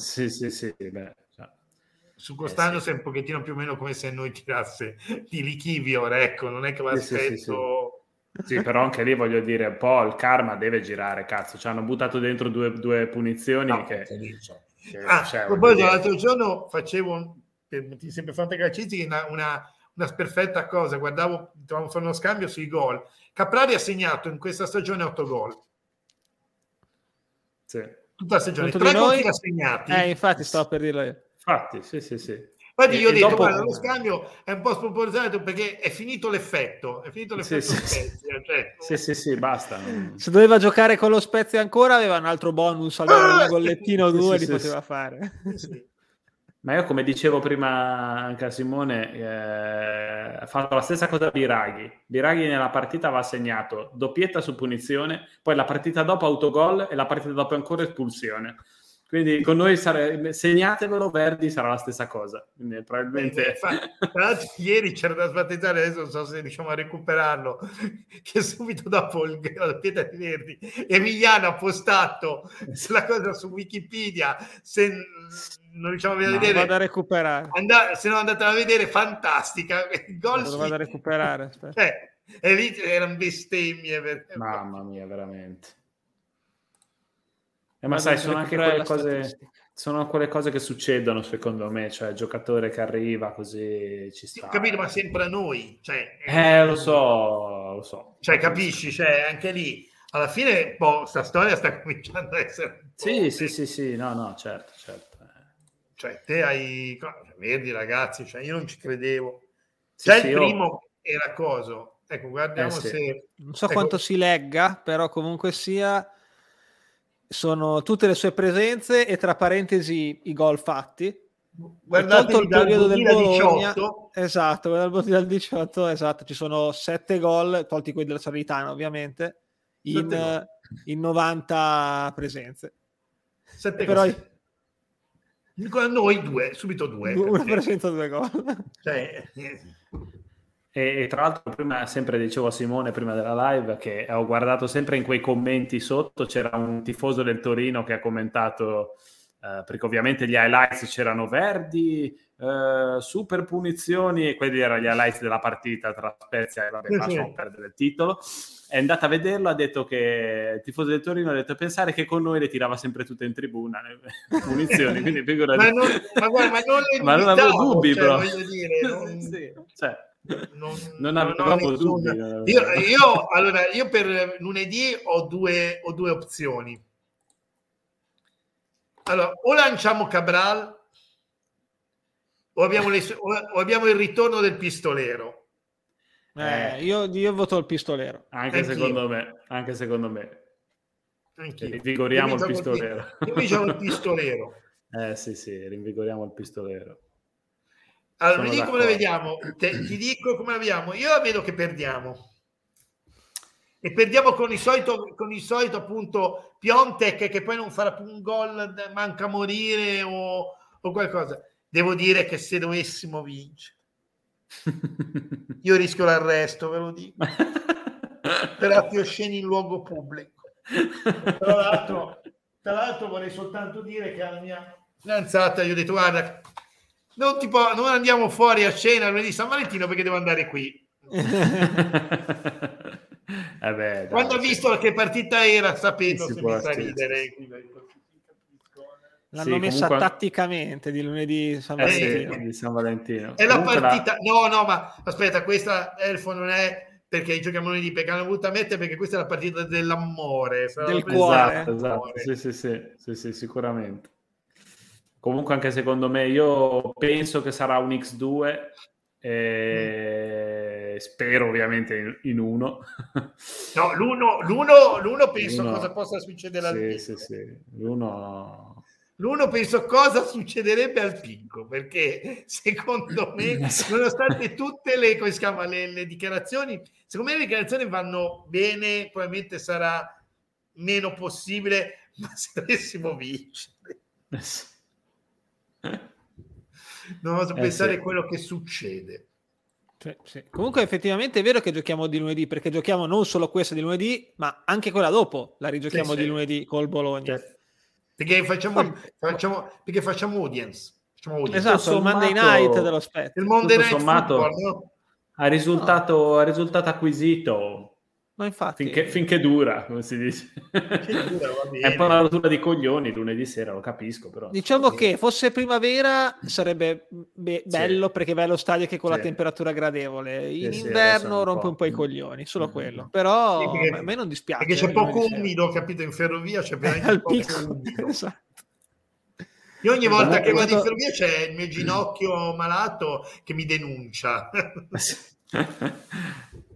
Su Costano è un pochettino più o meno come se noi tirasse di Lichivio, ecco, non è che l'aspetto... Sì, però anche lì voglio dire, un po' il karma deve girare, cazzo, ci hanno buttato dentro due punizioni poi l'altro giorno facevo sempre fantacalcistici una perfetta cosa, dovevamo fare uno scambio sui gol. Caprari ha segnato in questa stagione 8 gol, tutta la stagione, 3 gol l'ha segnati, infatti stavo per dirlo io. Infatti, sì. Infatti io ho detto, guarda, lo scambio è un po' sproporzionato perché è finito l'effetto. Sì, basta. Se doveva giocare con lo Spezia ancora, aveva un altro bonus, un gollettino o 2 li poteva fare. Ma io, come dicevo prima anche a Simone, ha fatto la stessa cosa a Biraghi. Biraghi nella partita aveva segnato doppietta su punizione, poi la partita dopo autogol e la partita dopo ancora espulsione. Quindi con noi segnatevelo, Verdi sarà la stessa cosa. Quindi probabilmente... Tra l'altro ieri c'era da sbattezzare, adesso non so se riusciamo a recuperarlo, che subito dopo la pietra di Verdi Emiliano ha postato la cosa su Wikipedia, se non riusciamo a vedere... Vado a recuperare. Se non andate a vedere, fantastica. Il gol lo vado a recuperare. Erano bestemmie. Mamma mia, veramente. Ma sai, sono anche quelle cose che succedono, secondo me, cioè giocatore che arriva così ci sta. Capito, ma sempre a noi. Cioè, lo so. Cioè, capisci? Cioè, anche lì, alla fine, sta storia sta cominciando a essere... Sì, no, certo. Cioè, te hai... Vedi, ragazzi, cioè, io non ci credevo. Già il primo era coso. Ecco, guardiamo se... Non so quanto si legga, però comunque sia... Sono tutte le sue presenze e tra parentesi i gol fatti. Guardate il periodo del Bologna, esatto, dal 18, esatto, ci sono 7 gol, tolti quelli della Salernitana ovviamente, in 90 presenze. 7 però noi subito due. Una presenza, 2 gol. Cioè... E tra l'altro prima sempre dicevo a Simone prima della live che ho guardato sempre in quei commenti sotto, c'era un tifoso del Torino che ha commentato perché ovviamente gli highlights c'erano Verdi, super punizioni, e quelli erano gli highlights della partita tra Spezia e lasciamo perdere il titolo. È andata a vederlo, ha detto che il tifoso del Torino ha detto pensare che con noi le tirava sempre tutte in tribuna le punizioni, quindi ma non avevo dubbi, cioè, però voglio dire, sì, cioè non avevo dubbi. Io per lunedì ho due opzioni. Allora, o lanciamo Cabral o abbiamo il ritorno del pistolero. Io voto il pistolero. Anche secondo me. Anch'io. Rinvigoriamo il pistolero. Io diciamo il pistolero. Sì, rinvigoriamo il pistolero. Allora, mi dico come la vediamo. Ti dico come la vediamo. Io la vedo che perdiamo. E perdiamo con il solito appunto Piontek che poi non farà più un gol, manca a morire o qualcosa. Devo dire che se dovessimo vincere, io rischio l'arresto, ve lo dico. Per atti osceni in luogo pubblico. Tra l'altro vorrei soltanto dire che alla mia fidanzata gli ho detto guarda, non andiamo fuori a cena lunedì San Valentino perché devo andare qui. Quando ha visto che partita era, sapendo se mi fa ridere. L'hanno messa tatticamente di lunedì San Valentino. Di San Valentino. È la partita. No, ma aspetta, questa Elfo non è perché giochiamo lunedì, perché hanno voluto mettere perché questa è la partita dell'amore, del cuore. Esatto. Sì, sicuramente. Comunque anche secondo me, io penso che sarà un X2 spero ovviamente in uno. No, l'uno penso cosa possa succedere al Pinco. Sì. L'uno penso cosa succederebbe al Pinco, perché secondo me, nonostante tutte le dichiarazioni, secondo me le dichiarazioni vanno bene, probabilmente sarà meno possibile, ma se dovessimo vincere non oso pensare quello che succede. Sì. Comunque effettivamente è vero che giochiamo di lunedì, perché giochiamo non solo questa di lunedì, ma anche quella dopo la rigiochiamo di lunedì col Bologna. Perché facciamo audience. Esatto, il Monday Night dello Spezia. Il Monday Night Football, no? ha risultato acquisito. Ma infatti finché dura, come si dice. È un po' una rottura di coglioni lunedì sera, lo capisco, però diciamo che fosse primavera sarebbe bello perché vai allo stadio che con la temperatura gradevole, in inverno rompe un po' i coglioni, solo quello, però a me non dispiace perché c'è poco umido, capito, in ferrovia c'è veramente poco umido. Esatto. Io ogni volta che vado in ferrovia c'è il mio ginocchio malato che mi denuncia.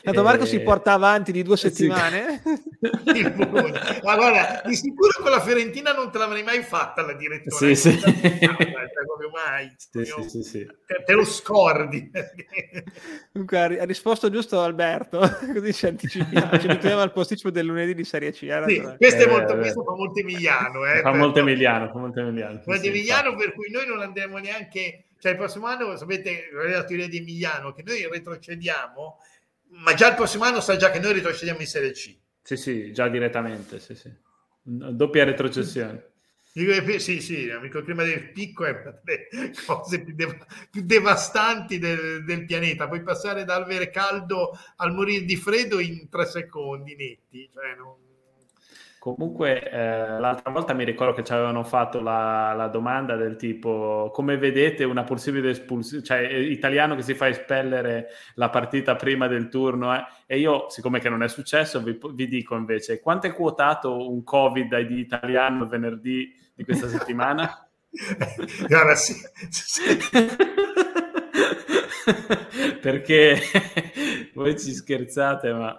Tanto Marco si porta avanti di 2 settimane. Ma guarda, di sicuro con la Fiorentina non te l'avrei mai fatta la direttore. Sì. Proprio mai. Sì. Te lo scordi. Comunque ha risposto giusto Alberto, così ci anticipiamo al posticipo del lunedì di Serie C. Sì, questo fa molto Emiliano. Fa molto Emiliano. Per cui noi non andremo neanche... Cioè il prossimo anno, sapete, la teoria di Emiliano, che noi retrocediamo, ma già il prossimo anno sa già che noi retrocediamo in Serie C. Sì, già direttamente, sì. Doppia retrocessione. Sì, amico, prima del picco è una delle cose più devastanti del pianeta. Puoi passare dal avere caldo al morire di freddo in 3 secondi netti. Cioè non... Comunque, l'altra volta mi ricordo che ci avevano fatto la domanda del tipo: come vedete una possibile espulsione, cioè italiano che si fa espellere la partita prima del turno, e io, siccome che non è successo, vi dico invece: quanto è quotato un Covid di italiano venerdì di questa settimana? Guarda, sì. Perché voi ci scherzate, ma...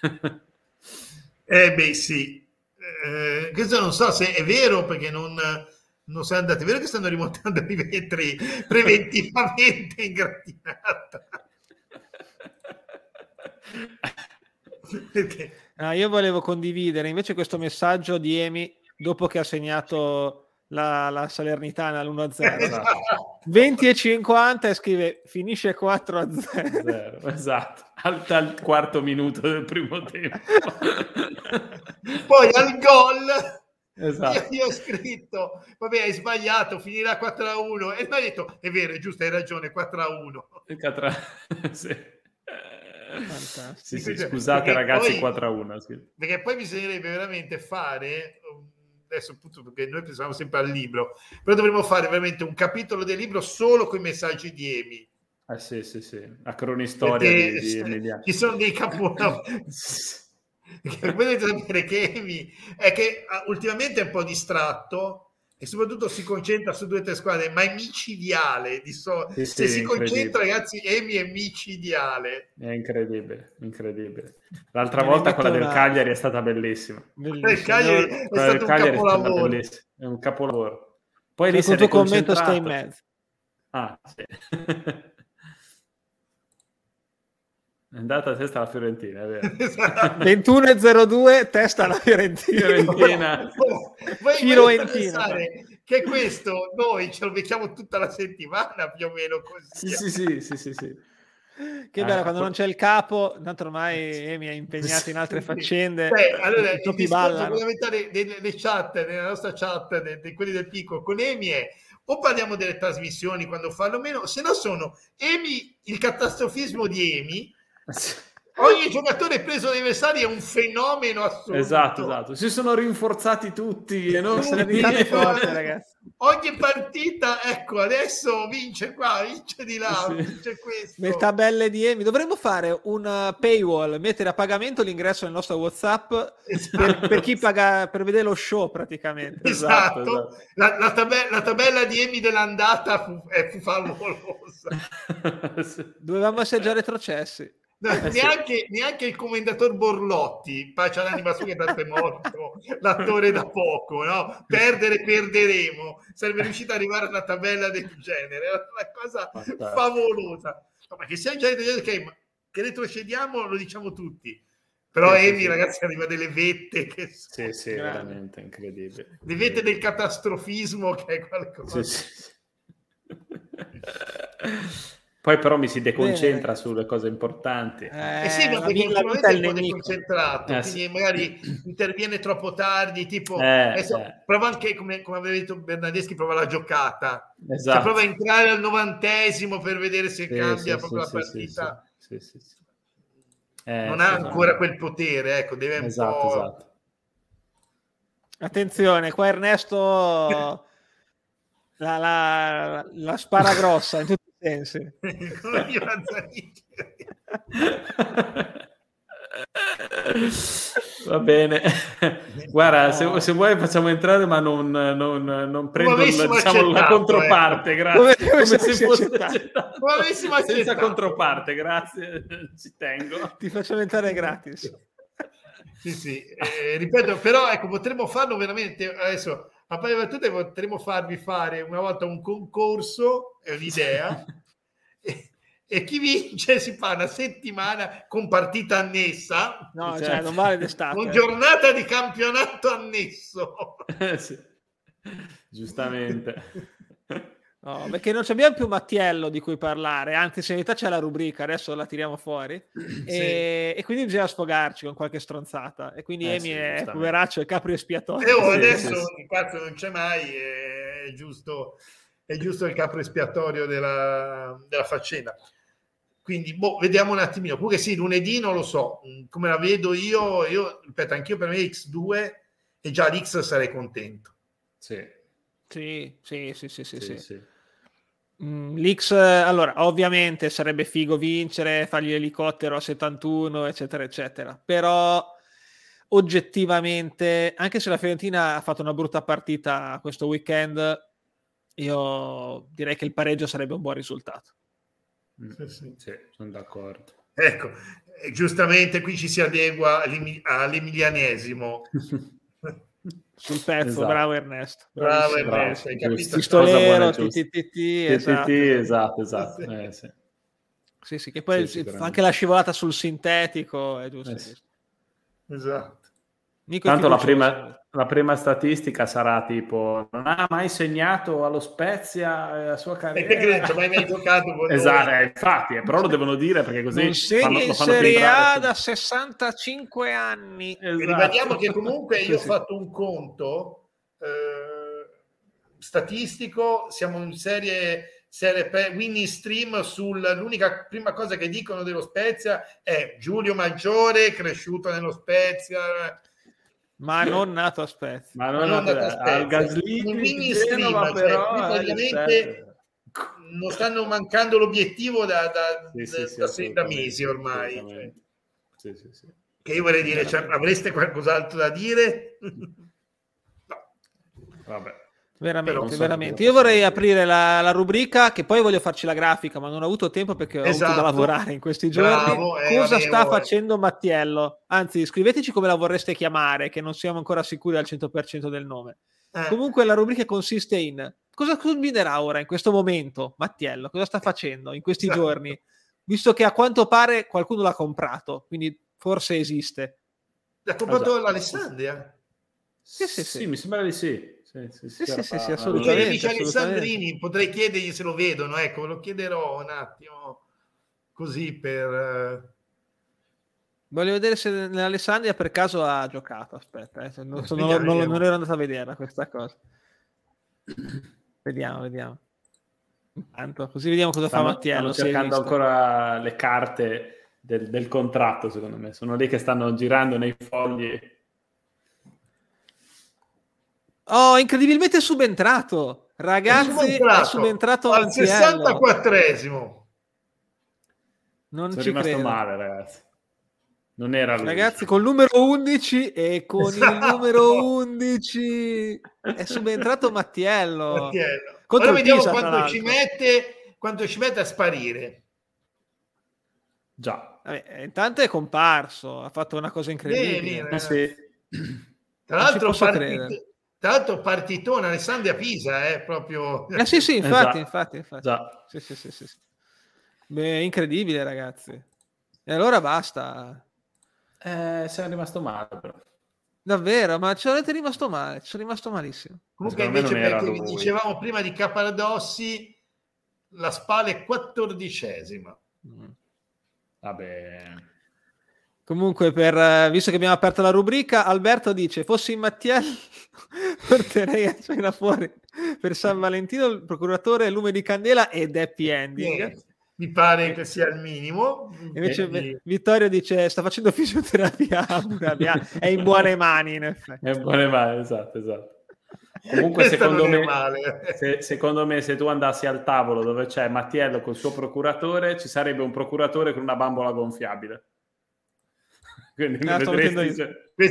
Sì. Questo non so se è vero, perché non sono andati. È vero che stanno rimontando i vetri preventivamente in gratinata. Perché? Io volevo condividere invece questo messaggio di Emi dopo che ha segnato la Salernitana all'1-0. 20:50 e scrive: finisce 4-0. Esatto, al quarto minuto del primo tempo. Poi al gol, esatto. io ho scritto: vabbè, hai sbagliato, finirà 4-1, e mi ha detto: è vero, è giusto, hai ragione, 4-1. Sì. Fantastico. Sì, scusate perché ragazzi, poi, 4-1. Sì. Perché poi bisognerebbe veramente fare, adesso appunto, perché noi pensiamo sempre al libro, però dovremmo fare veramente un capitolo del libro solo con i messaggi di Emi. Sì, la cronistoria di Emiliano. Ci sono dei capolavori. Potete sapere che Emi è che ultimamente è un po' distratto e soprattutto si concentra su 2 o 3 squadre, ma è micidiale. Se si concentra, ragazzi, Emi è micidiale. È incredibile. L'altra volta quella del Cagliari è stata bellissima. Il Cagliari è stato un capolavoro. È un capolavoro. Poi lì il tuo commento sta in mezzo. Sì. È andata a testa la Fiorentina, è vero. 21:02, testa alla Fiorentina. Voi pensare che questo noi ce lo becchiamo tutta la settimana, più o meno così. Sì. Che bello, quando non c'è il capo, tanto ormai Emi è impegnato in altre faccende. Allora, il discorso fondamentale delle chat, nella nostra chat, di quelli del picco, con Emi è: o parliamo delle trasmissioni quando fanno meno, se no sono Emi, il catastrofismo di Emi. Ogni giocatore preso dai avversari è un fenomeno assoluto. Esatto. Si sono rinforzati tutti e non se ne forte, ragazzi. Ogni partita, ecco, adesso vince qua, vince di là, vince questo. Le tabelle di Emi. Dovremmo fare un paywall, mettere a pagamento l'ingresso nel nostro WhatsApp per chi paga, per vedere lo show praticamente. Esatto. La tabella di Emi dell'andata fu favolosa. Dovevamo essere già retrocessi. Neanche il commendator Borlotti, pace all'anima sua che tanto è morto, l'attore da poco, no? Perderemo, sarebbe riuscito ad arrivare a una tabella del genere, è una cosa favolosa. No, ma che siamo già che retrocediamo lo diciamo tutti, però Emi ragazzi arriva delle vette che sono veramente incredibile, le vette del catastrofismo, che è qualcosa. Poi però mi si deconcentra sulle cose importanti. Sì, ma perché ultimamente è un po' deconcentrato, quindi magari interviene troppo tardi, tipo prova anche, come aveva detto Bernardeschi, prova la giocata. Esatto. Cioè, prova a entrare al 90° per vedere se cambia proprio la partita. Non ha ancora quel potere, ecco, deve un po'... Esatto. Attenzione, qua Ernesto la spara grossa in tutti i sensi. Va bene. Guarda, se vuoi facciamo entrare, ma non prendo diciamo, la controparte, grazie. Come se fosse accettato. Senza controparte, grazie, ci tengo. Ti facciamo entrare gratis. Sì. Ripeto, però ecco, potremmo farlo veramente adesso. A parte battute, potremmo farvi fare una volta un concorso, è un'idea, e chi vince si fa una settimana con partita annessa. No, cioè non vale d'estate. Con giornata di campionato annesso. Sì. Giustamente. No, perché non abbiamo più Mattiello di cui parlare, anzi in realtà c'è la rubrica, adesso la tiriamo fuori e quindi bisogna sfogarci con qualche stronzata e quindi Emi è poveraccio, è capro espiatorio. Adesso il cazzo non c'è mai, è giusto il capro espiatorio della faccenda. Quindi vediamo un attimino. Comunque sì, lunedì non lo so, come la vedo io ripeto, anch'io per me X2 e già l'X sarei contento. Sì. L'X, allora ovviamente sarebbe figo vincere, fargli l'elicottero a 71 eccetera eccetera, però oggettivamente anche se la Fiorentina ha fatto una brutta partita questo weekend, io direi che il pareggio sarebbe un buon risultato. Sì, sono d'accordo. Ecco, giustamente qui ci si adegua all'emilianesimo. Sul pezzo, esatto. Bravo Ernesto, hai capito? Pistolero, esatto. Sì, che poi anche la scivolata sul sintetico è giusto. Esatto. Tanto la prima statistica sarà tipo non ha mai segnato allo Spezia la sua carriera. Perché non ha mai giocato esatto, infatti, però lo devono dire perché così non segna in Serie A da 65 anni. Esatto. Ribadiamo che comunque io ho fatto un conto statistico, siamo in serie winning stream l'unica prima cosa che dicono dello Spezia è Giulio Maggiore cresciuto nello Spezia, ma non nato a Spezia, ma non nato a Spezia. Al Gaslini winning stream, però praticamente non stanno mancando l'obiettivo da mesi ormai. Sì. Che io vorrei dire, avreste qualcos'altro da dire? No. Vabbè. Veramente. Io vorrei aprire la rubrica, che poi voglio farci la grafica, ma non ho avuto tempo perché ho avuto da lavorare in questi giorni. Cosa sta facendo Mattiello? Anzi, scriveteci come la vorreste chiamare, che non siamo ancora sicuri al 100% del nome. Comunque la rubrica consiste in cosa combinerà ora in questo momento Mattiello? Cosa sta facendo in questi giorni? Visto che a quanto pare qualcuno l'ha comprato, quindi forse esiste. L'ha comprato l'Alessandria? Sì, mi sembra di sì. Sì, assolutamente. Dice Alessandrini, potrei chiedergli se lo vedono, ecco, lo chiederò un attimo così per voglio vedere se nell'Alessandria per caso ha giocato. Aspetta, non ero andato a vedere questa cosa. Vediamo. Intanto, così vediamo cosa fa Mattiello. Stanno cercando ancora le carte del contratto, secondo me. Sono lì che stanno girando nei fogli. Oh, incredibilmente subentrato. Ragazzi, è subentrato al 64esimo. Non sono ci rimasto credo. male, ragazzi. Non era lui. Ragazzi, col numero 11 e con il numero 11 è subentrato Mattiello. Ora vediamo quanto ci mette a sparire. Già. Vabbè, intanto è comparso, ha fatto una cosa incredibile. Sì. Tra l'altro partitone Alessandria Pisa, proprio. Sì, infatti. Già. Sì. Beh, incredibile, ragazzi. E allora basta. Sei rimasto male, però. Davvero, ma ci avete rimasto male, ci sono rimasto malissimo. Comunque invece perché vi dicevamo prima di Capaldossi, la Spal è 14esima. Vabbè. Comunque, visto che abbiamo aperto la rubrica, Alberto dice: fossi in Mattiello porterei a cena fuori per San Valentino il procuratore lume di candela ed happy ending. Mi pare che sia il minimo. Invece Vittorio dice: sta facendo fisioterapia, è in buone mani, in effetti. È in buone mani, esatto. Comunque secondo me se tu andassi al tavolo dove c'è Mattiello col suo procuratore, ci sarebbe un procuratore con una bambola gonfiabile. Quindi vedresti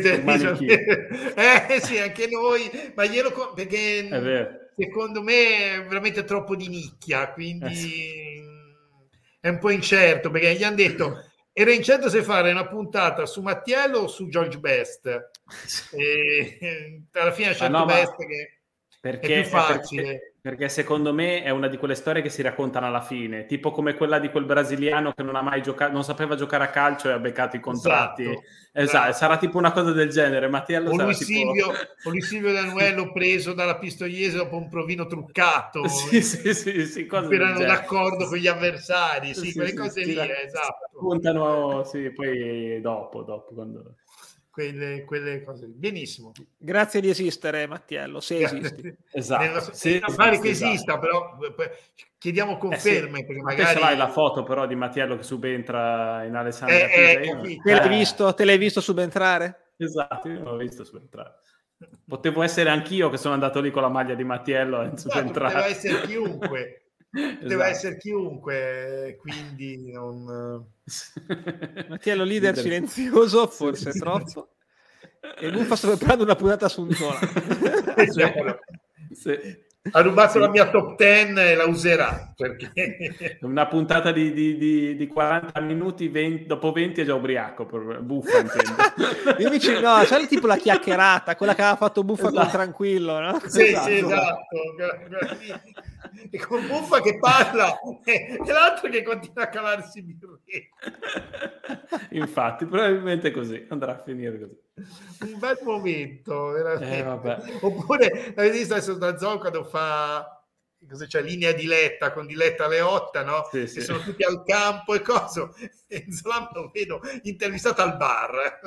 sì, anche noi, ma perché secondo me è veramente troppo di nicchia, quindi è un po' incerto, perché gli hanno detto era incerto se fare una puntata su Mattiello o su George Best, e alla fine ha scelto Best che è più facile. Perché secondo me è una di quelle storie che si raccontano alla fine, tipo come quella di quel brasiliano che non ha mai giocato, non sapeva giocare a calcio e ha beccato i contratti. Esatto. Sarà tipo una cosa del genere. Mattiello o Luis Silvio Danuello preso dalla Pistoiese dopo un provino truccato. Sì, cose erano d'accordo con gli avversari, quelle cose lì, esatto. Puntano, poi dopo quando... Quelle cose. Benissimo. Grazie di esistere, Mattiello, se esisti. Esatto. Pare che esista, però chiediamo conferme. Perché magari... ce l'hai la foto però di Mattiello che subentra in Alessandria Pisa. Te l'hai visto subentrare? Esatto, io l'ho visto subentrare. Potevo essere anch'io che sono andato lì con la maglia di Mattiello e subentrare. Poteva essere chiunque. Poteva essere chiunque, quindi non... Mattiello leader silenzioso, forse troppo. E Buffa sta preparando una puntata su un Zola. Ha rubato la mia top 10 e la userà, perché... una puntata di 40 minuti, dopo 20 è già ubriaco per Buffa, intendo. Io no, c'è tipo la chiacchierata, quella che aveva fatto Buffa con Tranquillo, no? Sì, esatto. E con Buffa che parla e l'altro che continua a calarsi birretti. Infatti, probabilmente così andrà a finire così. Un bel momento, veramente. Vabbè. Oppure avete visto adesso da Zoo quando fa cosa c'è, linea Diletta con Diletta Leotta, no? Sì. E sono tutti al campo e coso, e Zola lo vedo intervistato al bar.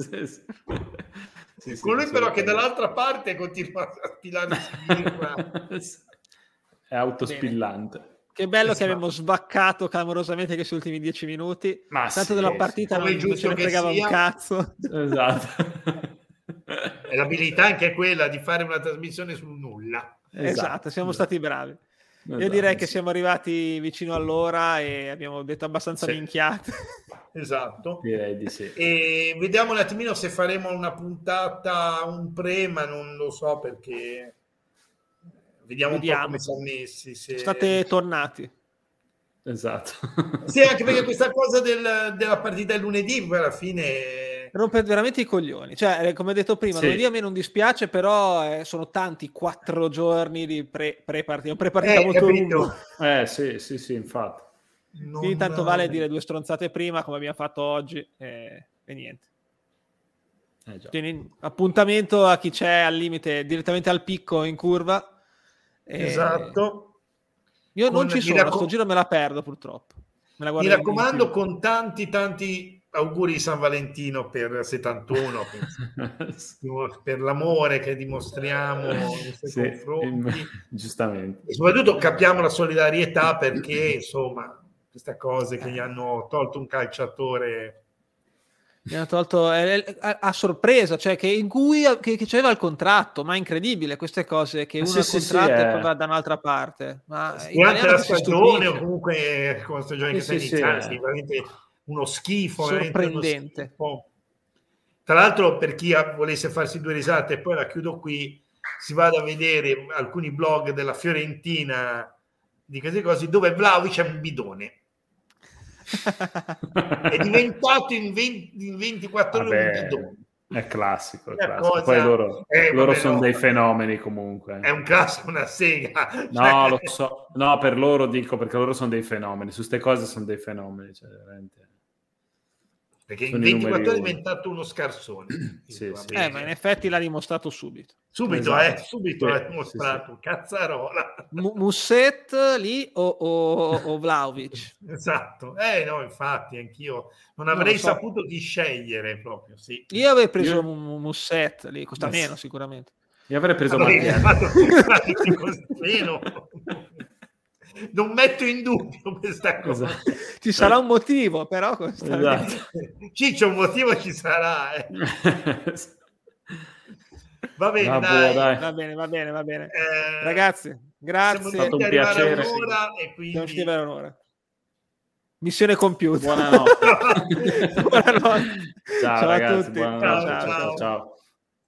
Con lui però che dall'altra parte continua a spilare birra. È autospillante. Bene. Che bello che abbiamo svaccato clamorosamente questi ultimi 10 minuti. Tanto della partita non ce ne fregava un cazzo. Esatto. E l'abilità anche quella di fare una trasmissione sul nulla. Esatto, siamo stati bravi. Io direi che siamo arrivati vicino all'ora e abbiamo detto abbastanza minchiate. Esatto. Direi di sì. E vediamo un attimino se faremo una puntata, un pre, ma non lo so perché... Vediamo un po' come sono messi. State tornati. Esatto. Sì, anche perché questa cosa della partita del lunedì alla fine rompe veramente i coglioni. Cioè, come detto prima, lunedì a me non dispiace, però sono tanti 4 giorni di pre-partita. Un pre-partita molto lungo. Sì, infatti. Quindi tanto vale dire 2 stronzate prima, come abbiamo fatto oggi, e niente. Quindi, appuntamento a chi c'è al limite, direttamente al picco in curva. Esatto. Io non ci sono, sto giro me la perdo purtroppo. Mi raccomando, con tanti auguri di San Valentino per 71 per l'amore che dimostriamo nei suoi confronti, giustamente, e soprattutto capiamo la solidarietà, perché insomma queste cose che gli hanno tolto un calciatore, mi hanno tolto a sorpresa, cioè che c'aveva il contratto, ma è incredibile queste cose che uno ha il contratto e poi va da un'altra parte, ma durante la stagione o comunque con la stagione che sta iniziando, veramente uno schifo, sorprendente. Uno schifo. Tra l'altro, per chi volesse farsi 2 risate, e poi la chiudo qui, si vada a vedere alcuni blog della Fiorentina di queste cose dove Vlahovic è un bidone. È diventato in 24 ore un bidone. È classico. Poi loro sono dei fenomeni comunque. È un classico, una sega. No, lo so. No, per loro dico, perché loro sono dei fenomeni. Su ste cose sono dei fenomeni. Cioè, veramente... Perché in 24 ore è diventato uno scarsone. Sì. Ma in effetti l'ha dimostrato subito. Subito l'ha dimostrato. Sì. Cazzarola. Musset lì o Vlahovic? Esatto. No, infatti anch'io non avrei saputo chi scegliere proprio. Sì. Io avrei preso Musset lì, costa meno sicuramente. Io avrei preso Mattiello. Meno. Non metto in dubbio questa cosa. Esatto. Ci sarà un motivo, però Ciccio, un motivo ci sarà. Va bene, Va bene. Ragazzi, grazie. Siamo un piacere. E quindi... Siamo arrivati all'ora. Missione compiuta. Buonanotte. Buonanotte. Ciao, Ciao ragazzi, a tutti. buonanotte. Ciao. Ciao.